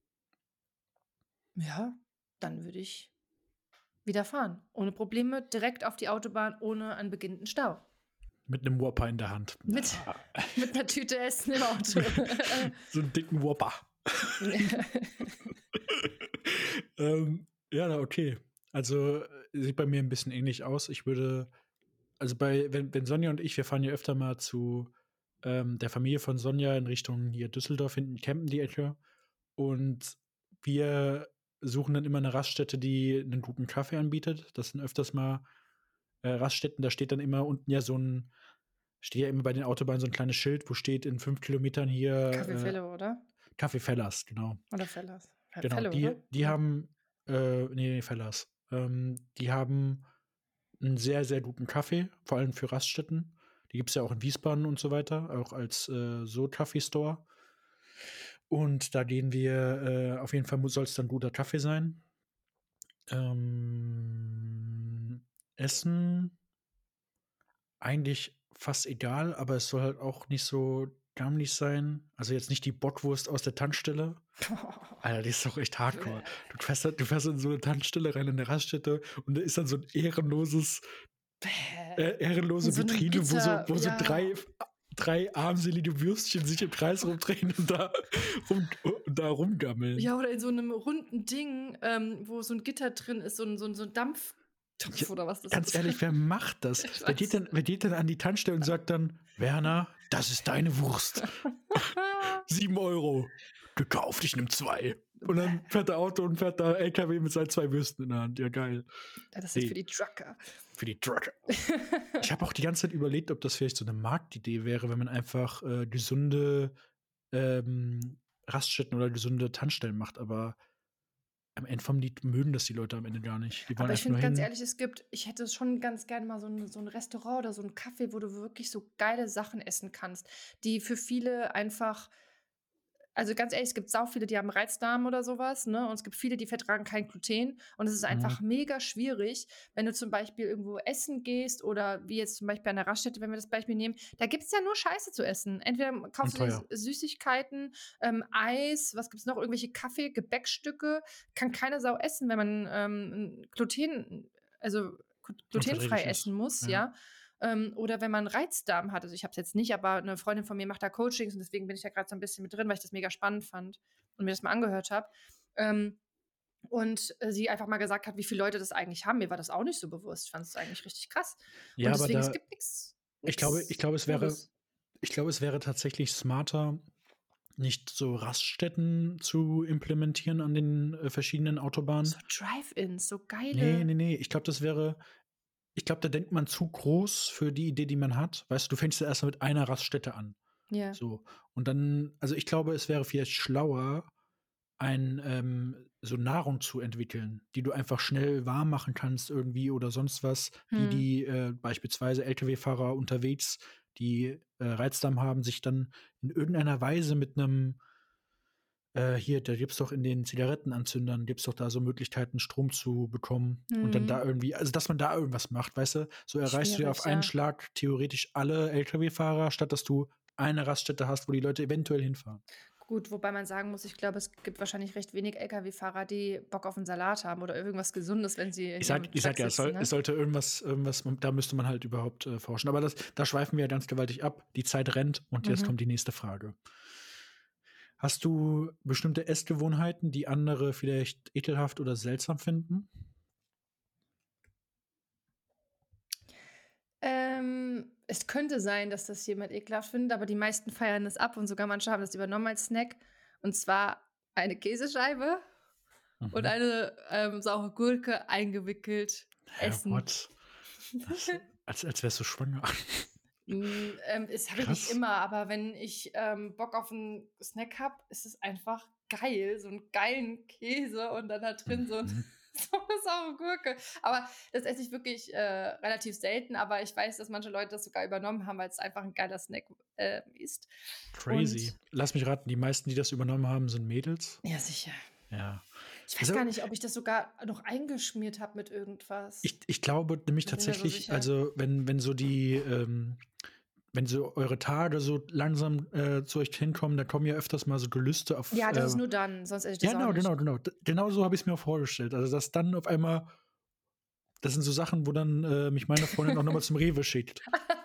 A: ja, dann würde ich wieder fahren. Ohne Probleme, direkt auf die Autobahn, ohne einen beginnenden Stau.
B: Mit einem Whopper in der Hand.
A: Mit einer Tüte Essen im Auto.
B: So einen dicken Whopper. Ja, na, okay. Also sieht bei mir ein bisschen ähnlich aus. Ich würde, also wenn Sonja und ich, wir fahren ja öfter mal zu der Familie von Sonja in Richtung hier Düsseldorf, hinten Kempen, die Ecke. Und wir suchen dann immer eine Raststätte, die einen guten Kaffee anbietet. Das sind öfters mal Raststätten, da steht dann immer unten ja steht ja immer bei den Autobahnen so ein kleines Schild, wo steht in 5 Kilometern hier
A: Kaffeefälle, oder?
B: Café Fellers, genau.
A: Oder Fellers.
B: Genau,
A: Fälle,
B: die,
A: oder?
B: die
A: Ja.
B: haben, nee, Fellers. Die haben einen sehr, sehr guten Kaffee, vor allem für Raststätten. Die gibt es ja auch in Wiesbaden und so weiter, auch als so Kaffee-Store. Und da gehen wir, auf jeden Fall soll es dann guter Kaffee sein. Essen eigentlich fast egal, aber es soll halt auch nicht so gammelig sein. Also jetzt nicht die Bockwurst aus der Tankstelle. Alter, die ist doch echt hardcore. Du fährst in so eine Tankstelle rein in eine Raststätte und da ist dann so ein ehrenlose
A: So ein
B: Vitrine,
A: Gitter,
B: wo so
A: ja.
B: drei armselige Würstchen sich im Kreis rumdrehen und da rumgammeln.
A: Ja, oder in so einem runden Ding, wo so ein Gitter drin ist, so ein Dampftopf
B: Ja,
A: oder was das
B: ganz
A: ist.
B: ehrlich, wer macht das?
A: Ich
B: Wer geht denn an die Tankstelle und sagt dann, Werner, das ist deine Wurst. 7 Euro. Gekauft, ich nehme 2. Und dann fährt der Auto und fährt der LKW mit seinen 2 Würsten in der Hand. Ja, geil.
A: Ja, das ist
B: Nee.
A: für die Trucker.
B: Für die Trucker. Ich habe auch die ganze Zeit überlegt, ob das vielleicht so eine Marktidee wäre, wenn man einfach gesunde Raststätten oder gesunde Tankstellen macht. Aber am Ende vom Lied mögen das die Leute am Ende gar nicht. Die wollen
A: Aber ich
B: einfach nur
A: finde ganz
B: hin.
A: ehrlich, ich hätte schon ganz gerne mal so ein Restaurant oder so ein Café, wo du wirklich so geile Sachen essen kannst, die für viele einfach, also ganz ehrlich, es gibt sau viele, die haben Reizdarm oder sowas, ne? Und es gibt viele, die vertragen kein Gluten. Und es ist einfach mega schwierig, wenn du zum Beispiel irgendwo essen gehst oder wie jetzt zum Beispiel an der Raststätte, wenn wir das Beispiel nehmen, da gibt es ja nur Scheiße zu essen. Entweder kaufst du dir Süßigkeiten, Eis, was gibt es noch, irgendwelche Kaffee, Gebäckstücke. Kann keine Sau essen, wenn man glutenfrei essen muss, ja. Oder wenn man Reizdarm hat, also ich habe es jetzt nicht, aber eine Freundin von mir macht da Coachings und deswegen bin ich da gerade so ein bisschen mit drin, weil ich das mega spannend fand und mir das mal angehört habe. Und sie einfach mal gesagt hat, wie viele Leute das eigentlich haben. Mir war das auch nicht so bewusst. Ich fand es eigentlich richtig krass.
B: Ja,
A: und
B: aber
A: deswegen, es gibt nichts.
B: ich glaube, es wäre tatsächlich smarter, nicht so Raststätten zu implementieren an den verschiedenen Autobahnen.
A: So Drive-Ins, so geile.
B: Nee. Ich glaube, da denkt man zu groß für die Idee, die man hat. Weißt du, du fängst ja erstmal mit einer Raststätte an.
A: Ja.
B: So. Und dann, also ich glaube, es wäre vielleicht schlauer, so Nahrung zu entwickeln, die du einfach schnell warm machen kannst irgendwie oder sonst was, die beispielsweise LKW-Fahrer unterwegs, die Reizdarm haben, sich dann in irgendeiner Weise mit einem da gibt's doch in den Zigarettenanzündern, gibt's doch da so Möglichkeiten, Strom zu bekommen und dann da irgendwie, also dass man da irgendwas macht, weißt du? So erreichst du ja auf einen Schlag theoretisch alle LKW-Fahrer, statt dass du eine Raststätte hast, wo die Leute eventuell hinfahren.
A: Gut, wobei man sagen muss, ich glaube, es gibt wahrscheinlich recht wenig LKW-Fahrer, die Bock auf einen Salat haben oder irgendwas Gesundes, wenn sie
B: Ich sag ja, es sollte irgendwas, da müsste man halt überhaupt forschen. Aber da schweifen wir ja ganz gewaltig ab. Die Zeit rennt und jetzt kommt die nächste Frage. Hast du bestimmte Essgewohnheiten, die andere vielleicht ekelhaft oder seltsam finden?
A: Es könnte sein, dass das jemand ekelhaft findet, aber die meisten feiern es ab und sogar manche haben das übernommen als Snack. Und zwar eine Käsescheibe und
B: Mhm.
A: eine, saure Gurke eingewickelt
B: Hä,
A: essen.
B: what? Was? Als wärst du schwanger.
A: Das habe ich nicht
B: Krass.
A: immer, aber wenn ich, Bock auf 'n Snack habe, ist es einfach geil, so 'n geilen Käse und dann da drin so 'n
B: Mhm.
A: so 'ne saure Gurke. Aber das esse ich wirklich, relativ selten, aber ich weiß, dass manche Leute das sogar übernommen haben, weil's einfach 'n geiler Snack, ist.
B: Crazy.
A: Und
B: Lass mich raten, die meisten, die das übernommen haben, sind Mädels?
A: ja, sicher.
B: Ja.
A: Ich weiß
B: Also,
A: gar nicht, ob ich das sogar noch eingeschmiert habe mit irgendwas.
B: ich glaube nämlich
A: Bin mir nicht mehr so
B: tatsächlich,
A: sicher.
B: also, wenn so die, wenn so eure Tage so langsam, zu euch hinkommen, da kommen ja öfters mal so Gelüste auf,
A: Ja, das ist nur dann, sonst esse ich
B: ja,
A: das auch nicht.
B: genau. Genau so habe ich's mir auch vorgestellt. Also, dass dann auf einmal das sind so Sachen, wo dann, mich meine Freundin auch noch mal zum Rewe schickt.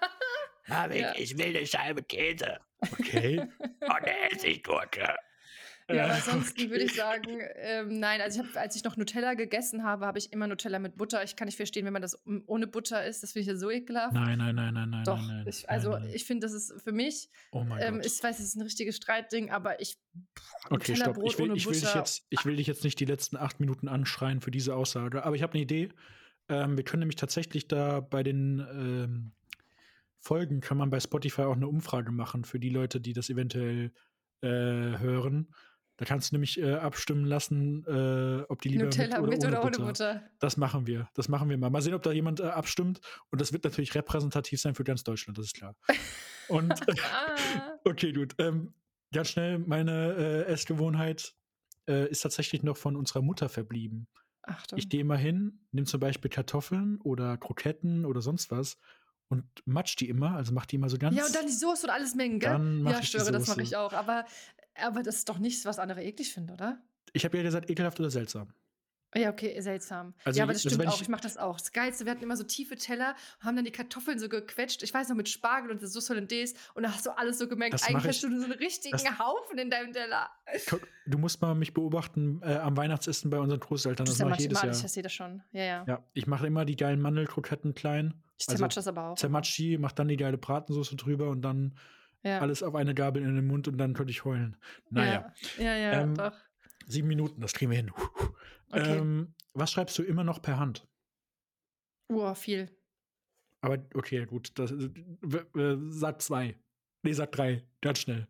B: Marvin,
A: Ja.
B: ich will 'ne Scheibe Käse. Okay. Und 'ne Essiggurke.
A: Ja, aber ansonsten würde
B: Okay.
A: ich sagen, nein, also als ich noch Nutella gegessen habe, habe ich immer Nutella mit Butter. Ich kann nicht verstehen, wenn man das ohne Butter isst. Das finde ich ja so ekelhaft.
B: Nein, nein, nein, nein, nein, nein,
A: Doch,
B: nein,
A: ich,
B: nein,
A: also
B: nein.
A: ich finde, das ist für mich,
B: Oh mein Gott.
A: ich weiß, es ist ein richtiges Streitding, aber
B: Okay, stopp.
A: Nutella-Brot ohne Butter.
B: Ich will dich jetzt nicht die letzten 8 Minuten anschreien für diese Aussage, aber ich habe 'ne Idee. Wir können nämlich tatsächlich da bei den, Folgen kann man bei Spotify auch 'ne Umfrage machen für die Leute, die das eventuell, hören. Da kannst du nämlich, abstimmen lassen, ob die lieber mit
A: Nutella
B: oder
A: mit
B: ohne
A: oder ohne
B: Butter.
A: Butter.
B: Das machen wir. Das machen wir mal. Mal sehen, ob da jemand, abstimmt. Und das wird natürlich repräsentativ sein für ganz Deutschland, das ist klar. Und
A: Ah,
B: okay, gut. Ganz schnell, meine, Essgewohnheit, ist tatsächlich noch von unserer Mutter verblieben. Ich
A: Achtung.
B: gehe immer hin, nehme zum Beispiel Kartoffeln oder Kroketten oder sonst was und matsch die immer, also mache die immer so
A: Ja, und dann
B: ganz,
A: die Soße und alles mengen, gell?
B: dann
A: Ja,
B: mache ich die
A: schwöre, das mache
B: Soße.
A: ich auch. Aber das ist doch nichts, was andere eklig finden, oder?
B: Ich habe ja gesagt, ekelhaft oder seltsam.
A: Ja, okay, seltsam.
B: Also,
A: Ja, aber das
B: also
A: stimmt
B: wenn
A: auch. Ich
B: ich
A: mache das auch. Das Geilste, wir hatten immer so tiefe Teller und haben dann die Kartoffeln so gequetscht. Ich weiß noch, mit Spargel und der Sauce Hollandaise und da hast du alles so gemerkt.
B: das
A: Eigentlich
B: mache
A: hast du
B: ich
A: nur so 'n richtigen
B: das
A: Haufen in deinem Teller.
B: du musst mal mich beobachten, am Weihnachtsessen bei unseren Großeltern,
A: Du
B: das mache ich
A: zermatscht
B: jedes
A: immer alles, ich
B: Jahr.
A: sehe das schon. Ja, ja.
B: Ja, ich mache immer die geilen Mandelkroketten klein,
A: Ich
B: also
A: zermatsche das aber auch immer.
B: zermatsche die, mache dann die geile Bratensoße drüber und dann
A: Ja,
B: alles auf eine Gabel in den Mund und dann könnte ich heulen. Na ja,
A: ja, ja, ja,
B: ähm,
A: doch.
B: 7 Minuten, das kriegen wir hin.
A: Okay.
B: Was schreibst du immer noch per Hand?
A: Viel.
B: Aber okay, gut, das sag 2. Ne, sag 3, ganz schnell.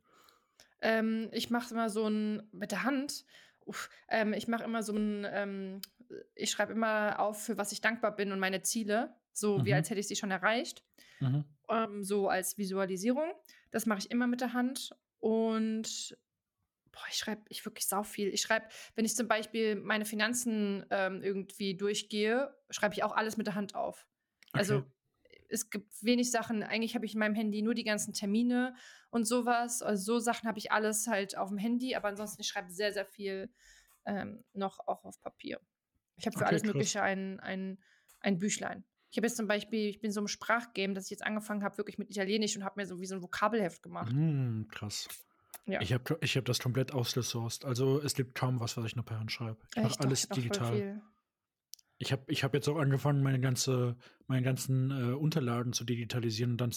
A: Ich mache immer so 'n mit der Hand. Ich mache immer so 'n, ich schreibe immer auf, für was ich dankbar bin und meine Ziele, so wie
B: Mhm,
A: als hätte ich sie schon erreicht,
B: mhm,
A: so als Visualisierung. Das mache ich immer mit der Hand und, boah, ich schreibe ich wirklich sau viel. Ich schreibe, wenn ich zum Beispiel meine Finanzen, irgendwie durchgehe, schreibe ich auch alles mit der Hand auf.
B: okay.
A: Also, es gibt wenig Sachen, eigentlich habe ich in meinem Handy nur die ganzen Termine und sowas. Also, so Sachen habe ich alles halt auf dem Handy, aber ansonsten ich schreibe sehr, sehr viel, noch auch auf Papier. Ich habe für
B: Okay,
A: alles
B: krass.
A: Mögliche ein Büchlein. Ich habe jetzt zum Beispiel, ich bin so im Sprachgame, dass ich jetzt angefangen habe, wirklich mit Italienisch, und habe mir so wie so ein Vokabelheft gemacht.
B: Krass.
A: Ja,
B: Ich habe das komplett ausgesourced. Also, es gibt kaum was ich noch per Hand schreibe. Ich mache
A: echt doch, ich
B: alles
A: habe auch voll
B: digital.
A: viel.
B: Ich habe jetzt auch angefangen, meine ganzen, Unterlagen zu digitalisieren und dann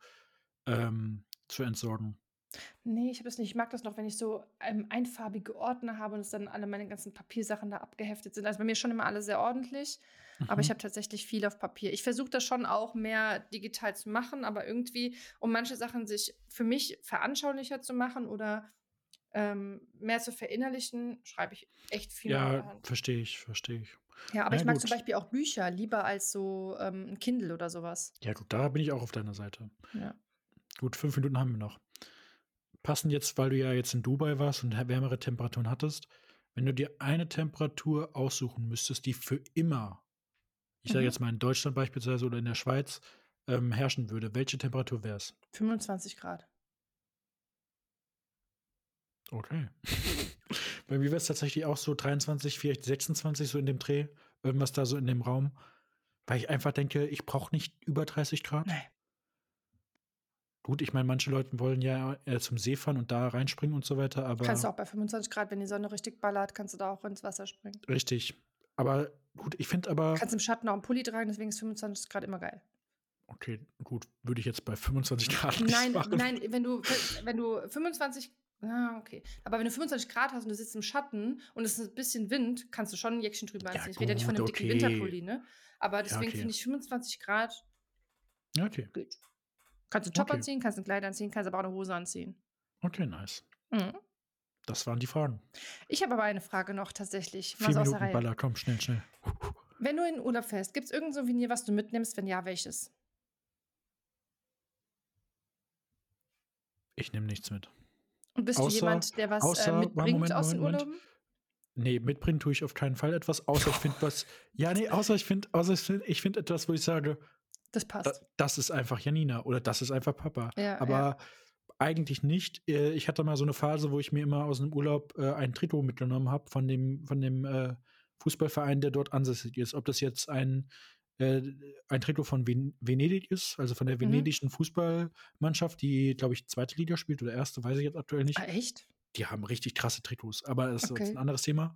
B: zu entsorgen.
A: Ne, ich habe das nicht. Ich mag das noch, wenn ich so, einfarbige Ordner habe und es dann alle meine ganzen Papiersachen da abgeheftet sind. Also, bei mir ist schon immer alles sehr ordentlich, aber ich
B: Mhm.
A: habe tatsächlich viel auf Papier. Ich versuche das schon auch mehr digital zu machen, aber irgendwie, um manche Sachen sich für mich veranschaulicher zu machen oder, mehr zu verinnerlichen, schreibe ich echt viel noch mit
B: Ja,
A: der Hand.
B: verstehe ich, verstehe ich.
A: Ja, aber
B: Na
A: ich
B: ja,
A: mag zum
B: gut.
A: Beispiel auch Bücher lieber als so, 'n Kindle oder sowas.
B: Ja gut, da bin ich auch auf deiner Seite.
A: Ja.
B: Gut, 5 Minuten haben wir noch. Passend jetzt, weil du ja jetzt in Dubai warst und wärmere Temperaturen hattest, wenn du dir eine Temperatur aussuchen müsstest, die für immer, ich sage
A: Mhm.
B: jetzt mal in Deutschland beispielsweise oder in der Schweiz, herrschen würde, welche Temperatur wär's?
A: 25 Grad.
B: Okay. Bei mir wär's tatsächlich auch so 23, vielleicht 26, so in dem Dreh, irgendwas da so in dem Raum, weil ich einfach denke, ich brauche nicht über 30 Grad.
A: Ne.
B: Gut, ich meine, manche Leute wollen ja zum See fahren und da reinspringen und so weiter,
A: Kannst du
B: aber
A: auch bei 25 Grad, wenn die Sonne richtig ballert, kannst du da auch ins Wasser springen.
B: richtig. Aber gut, ich finde aber,
A: Kannst im Schatten auch einen Pulli tragen, deswegen ist 25 Grad immer geil.
B: okay, gut, würde ich jetzt bei 25 Grad nicht
A: Nein,
B: machen.
A: nein, wenn du 25, okay. Aber wenn du 25 Grad hast und du sitzt im Schatten und es ist ein bisschen Wind, kannst du schon ein Jäckchen drüber
B: Ja,
A: anziehen. Ich rede ja nicht von
B: gut,
A: einem dicken
B: okay.
A: Winterpulli, ne? Aber
B: Ja,
A: deswegen
B: okay.
A: finde ich 25 Grad
B: Ja, okay.
A: gut. Kannst du einen Top
B: Okay.
A: anziehen, kannst ein Kleid anziehen, kannst aber auch eine Hose anziehen.
B: Okay, nice.
A: Mhm.
B: Das waren die Fragen.
A: Ich habe aber eine Frage noch tatsächlich, mal
B: 4
A: so aus der
B: Minuten
A: Reihe.
B: Baller, komm, schnell, schnell.
A: Wenn du in den Urlaub fährst, gibt es irgend so ein Souvenir, was du mitnimmst? Wenn ja, welches?
B: Ich nehme nichts mit.
A: Und bist du
B: Außer,
A: jemand, der was, mitbringt
B: Moment,
A: aus
B: Moment,
A: den
B: Moment.
A: Urlauben?
B: Nee, mitbringen tue ich auf keinen Fall etwas, außer ich finde was. Ja, nee, außer ich finde etwas, wo ich sage,
A: Das passt.
B: das ist einfach Janina oder das ist einfach Papa.
A: Ja, ja.
B: Aber eigentlich nicht. Ich hatte mal so eine Phase, wo ich mir immer aus dem Urlaub ein Trikot mitgenommen habe von dem Fußballverein, der dort ansässig ist. Ob das jetzt ein Trikot von Venedig ist, also von der
A: Mhm.
B: venedischen Fußballmannschaft, die, glaube ich, zweite Liga spielt oder erste, weiß ich jetzt aktuell
A: Ah,
B: nicht.
A: echt?
B: Die haben richtig krasse Trikots, aber das ist jetzt ein
A: Okay.
B: anderes Thema.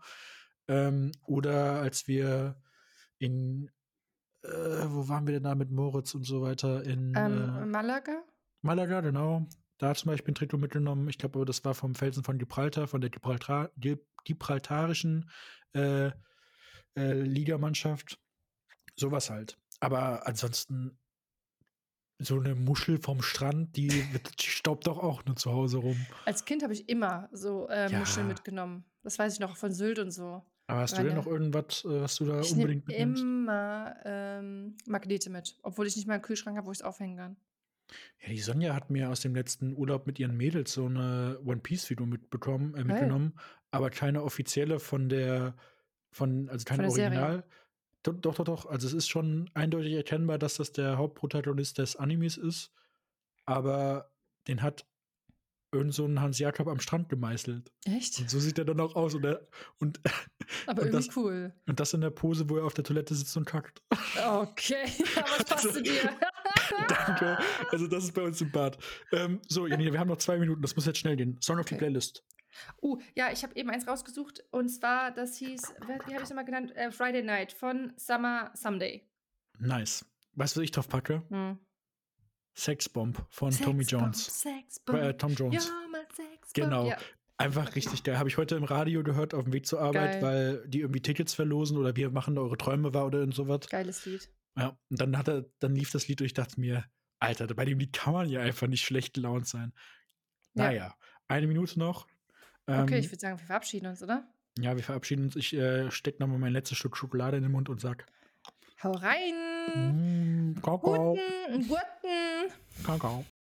B: Oder als wir in, wo waren wir denn da mit Moritz und so weiter? In
A: Malaga?
B: Malaga, genau. Da zum Beispiel ein Trikot mitgenommen. Ich glaube aber, das war vom Felsen von Gibraltar, von der gibraltarischen äh, Ligamannschaft. Sowas halt. Aber ansonsten so eine Muschel vom Strand, die staubt doch auch nur zu Hause rum.
A: Als Kind habe ich immer so Muscheln
B: Ja,
A: mitgenommen. Das weiß ich noch von Sylt und so.
B: aber hast du denn noch
A: Meine,
B: irgendwas, was du da
A: ich nehme
B: unbedingt mitnimmst?
A: immer Magnete mit, obwohl ich nicht mal einen Kühlschrank habe, wo ich es aufhängen kann.
B: Ja, die Sonja hat mir aus dem letzten Urlaub mit ihren Mädels so eine One-Piece-Figur
A: Geil.
B: mitgenommen, aber keine offizielle also
A: Von
B: keine
A: der Serie.
B: Original. Doch, doch, doch. Also es ist schon eindeutig erkennbar, dass das der Hauptprotagonist des Animes ist, aber den hat irgend so ein Hans Jakob am Strand gemeißelt.
A: Echt?
B: Und so sieht er dann auch aus. Und,
A: Aber
B: und,
A: irgendwie
B: das,
A: cool.
B: und das in der Pose, wo er auf der Toilette sitzt und kackt.
A: Okay, aber es passt
B: Also,
A: zu dir.
B: danke. Also, das ist bei uns im Bad. So, Janina, wir haben noch 2 Minuten. Das muss jetzt schnell gehen. Song auf die
A: Okay.
B: Playlist.
A: Ja, ich habe eben eins rausgesucht und zwar, das hieß, wie habe ich es nochmal genannt? Friday Night von Summer Someday.
B: Nice. Weißt du, was ich drauf packe?
A: Hm.
B: Sexbomb von Tommy Jones.
A: Sexbomb.
B: Tom Jones.
A: Ja, mal Sexbomb.
B: Genau.
A: Ja,
B: Einfach richtig geil. Habe ich heute im Radio gehört auf dem Weg zur Arbeit,
A: geil.
B: weil die irgendwie Tickets verlosen oder wir machen eure Träume wahr oder irgend sowas.
A: Geiles Lied.
B: Ja, und dann lief das Lied und ich dachte mir, Alter, bei dem Lied kann man ja einfach nicht schlecht gelaunt sein.
A: Ja.
B: Naja, 1 Minute noch.
A: Okay, ich würde sagen, wir verabschieden uns, oder?
B: Ja, wir verabschieden uns. Ich stecke nochmal mein letztes Stück Schokolade in den Mund und sag
A: Hau rein!
B: Kakao.
A: Guten.
B: Kakao.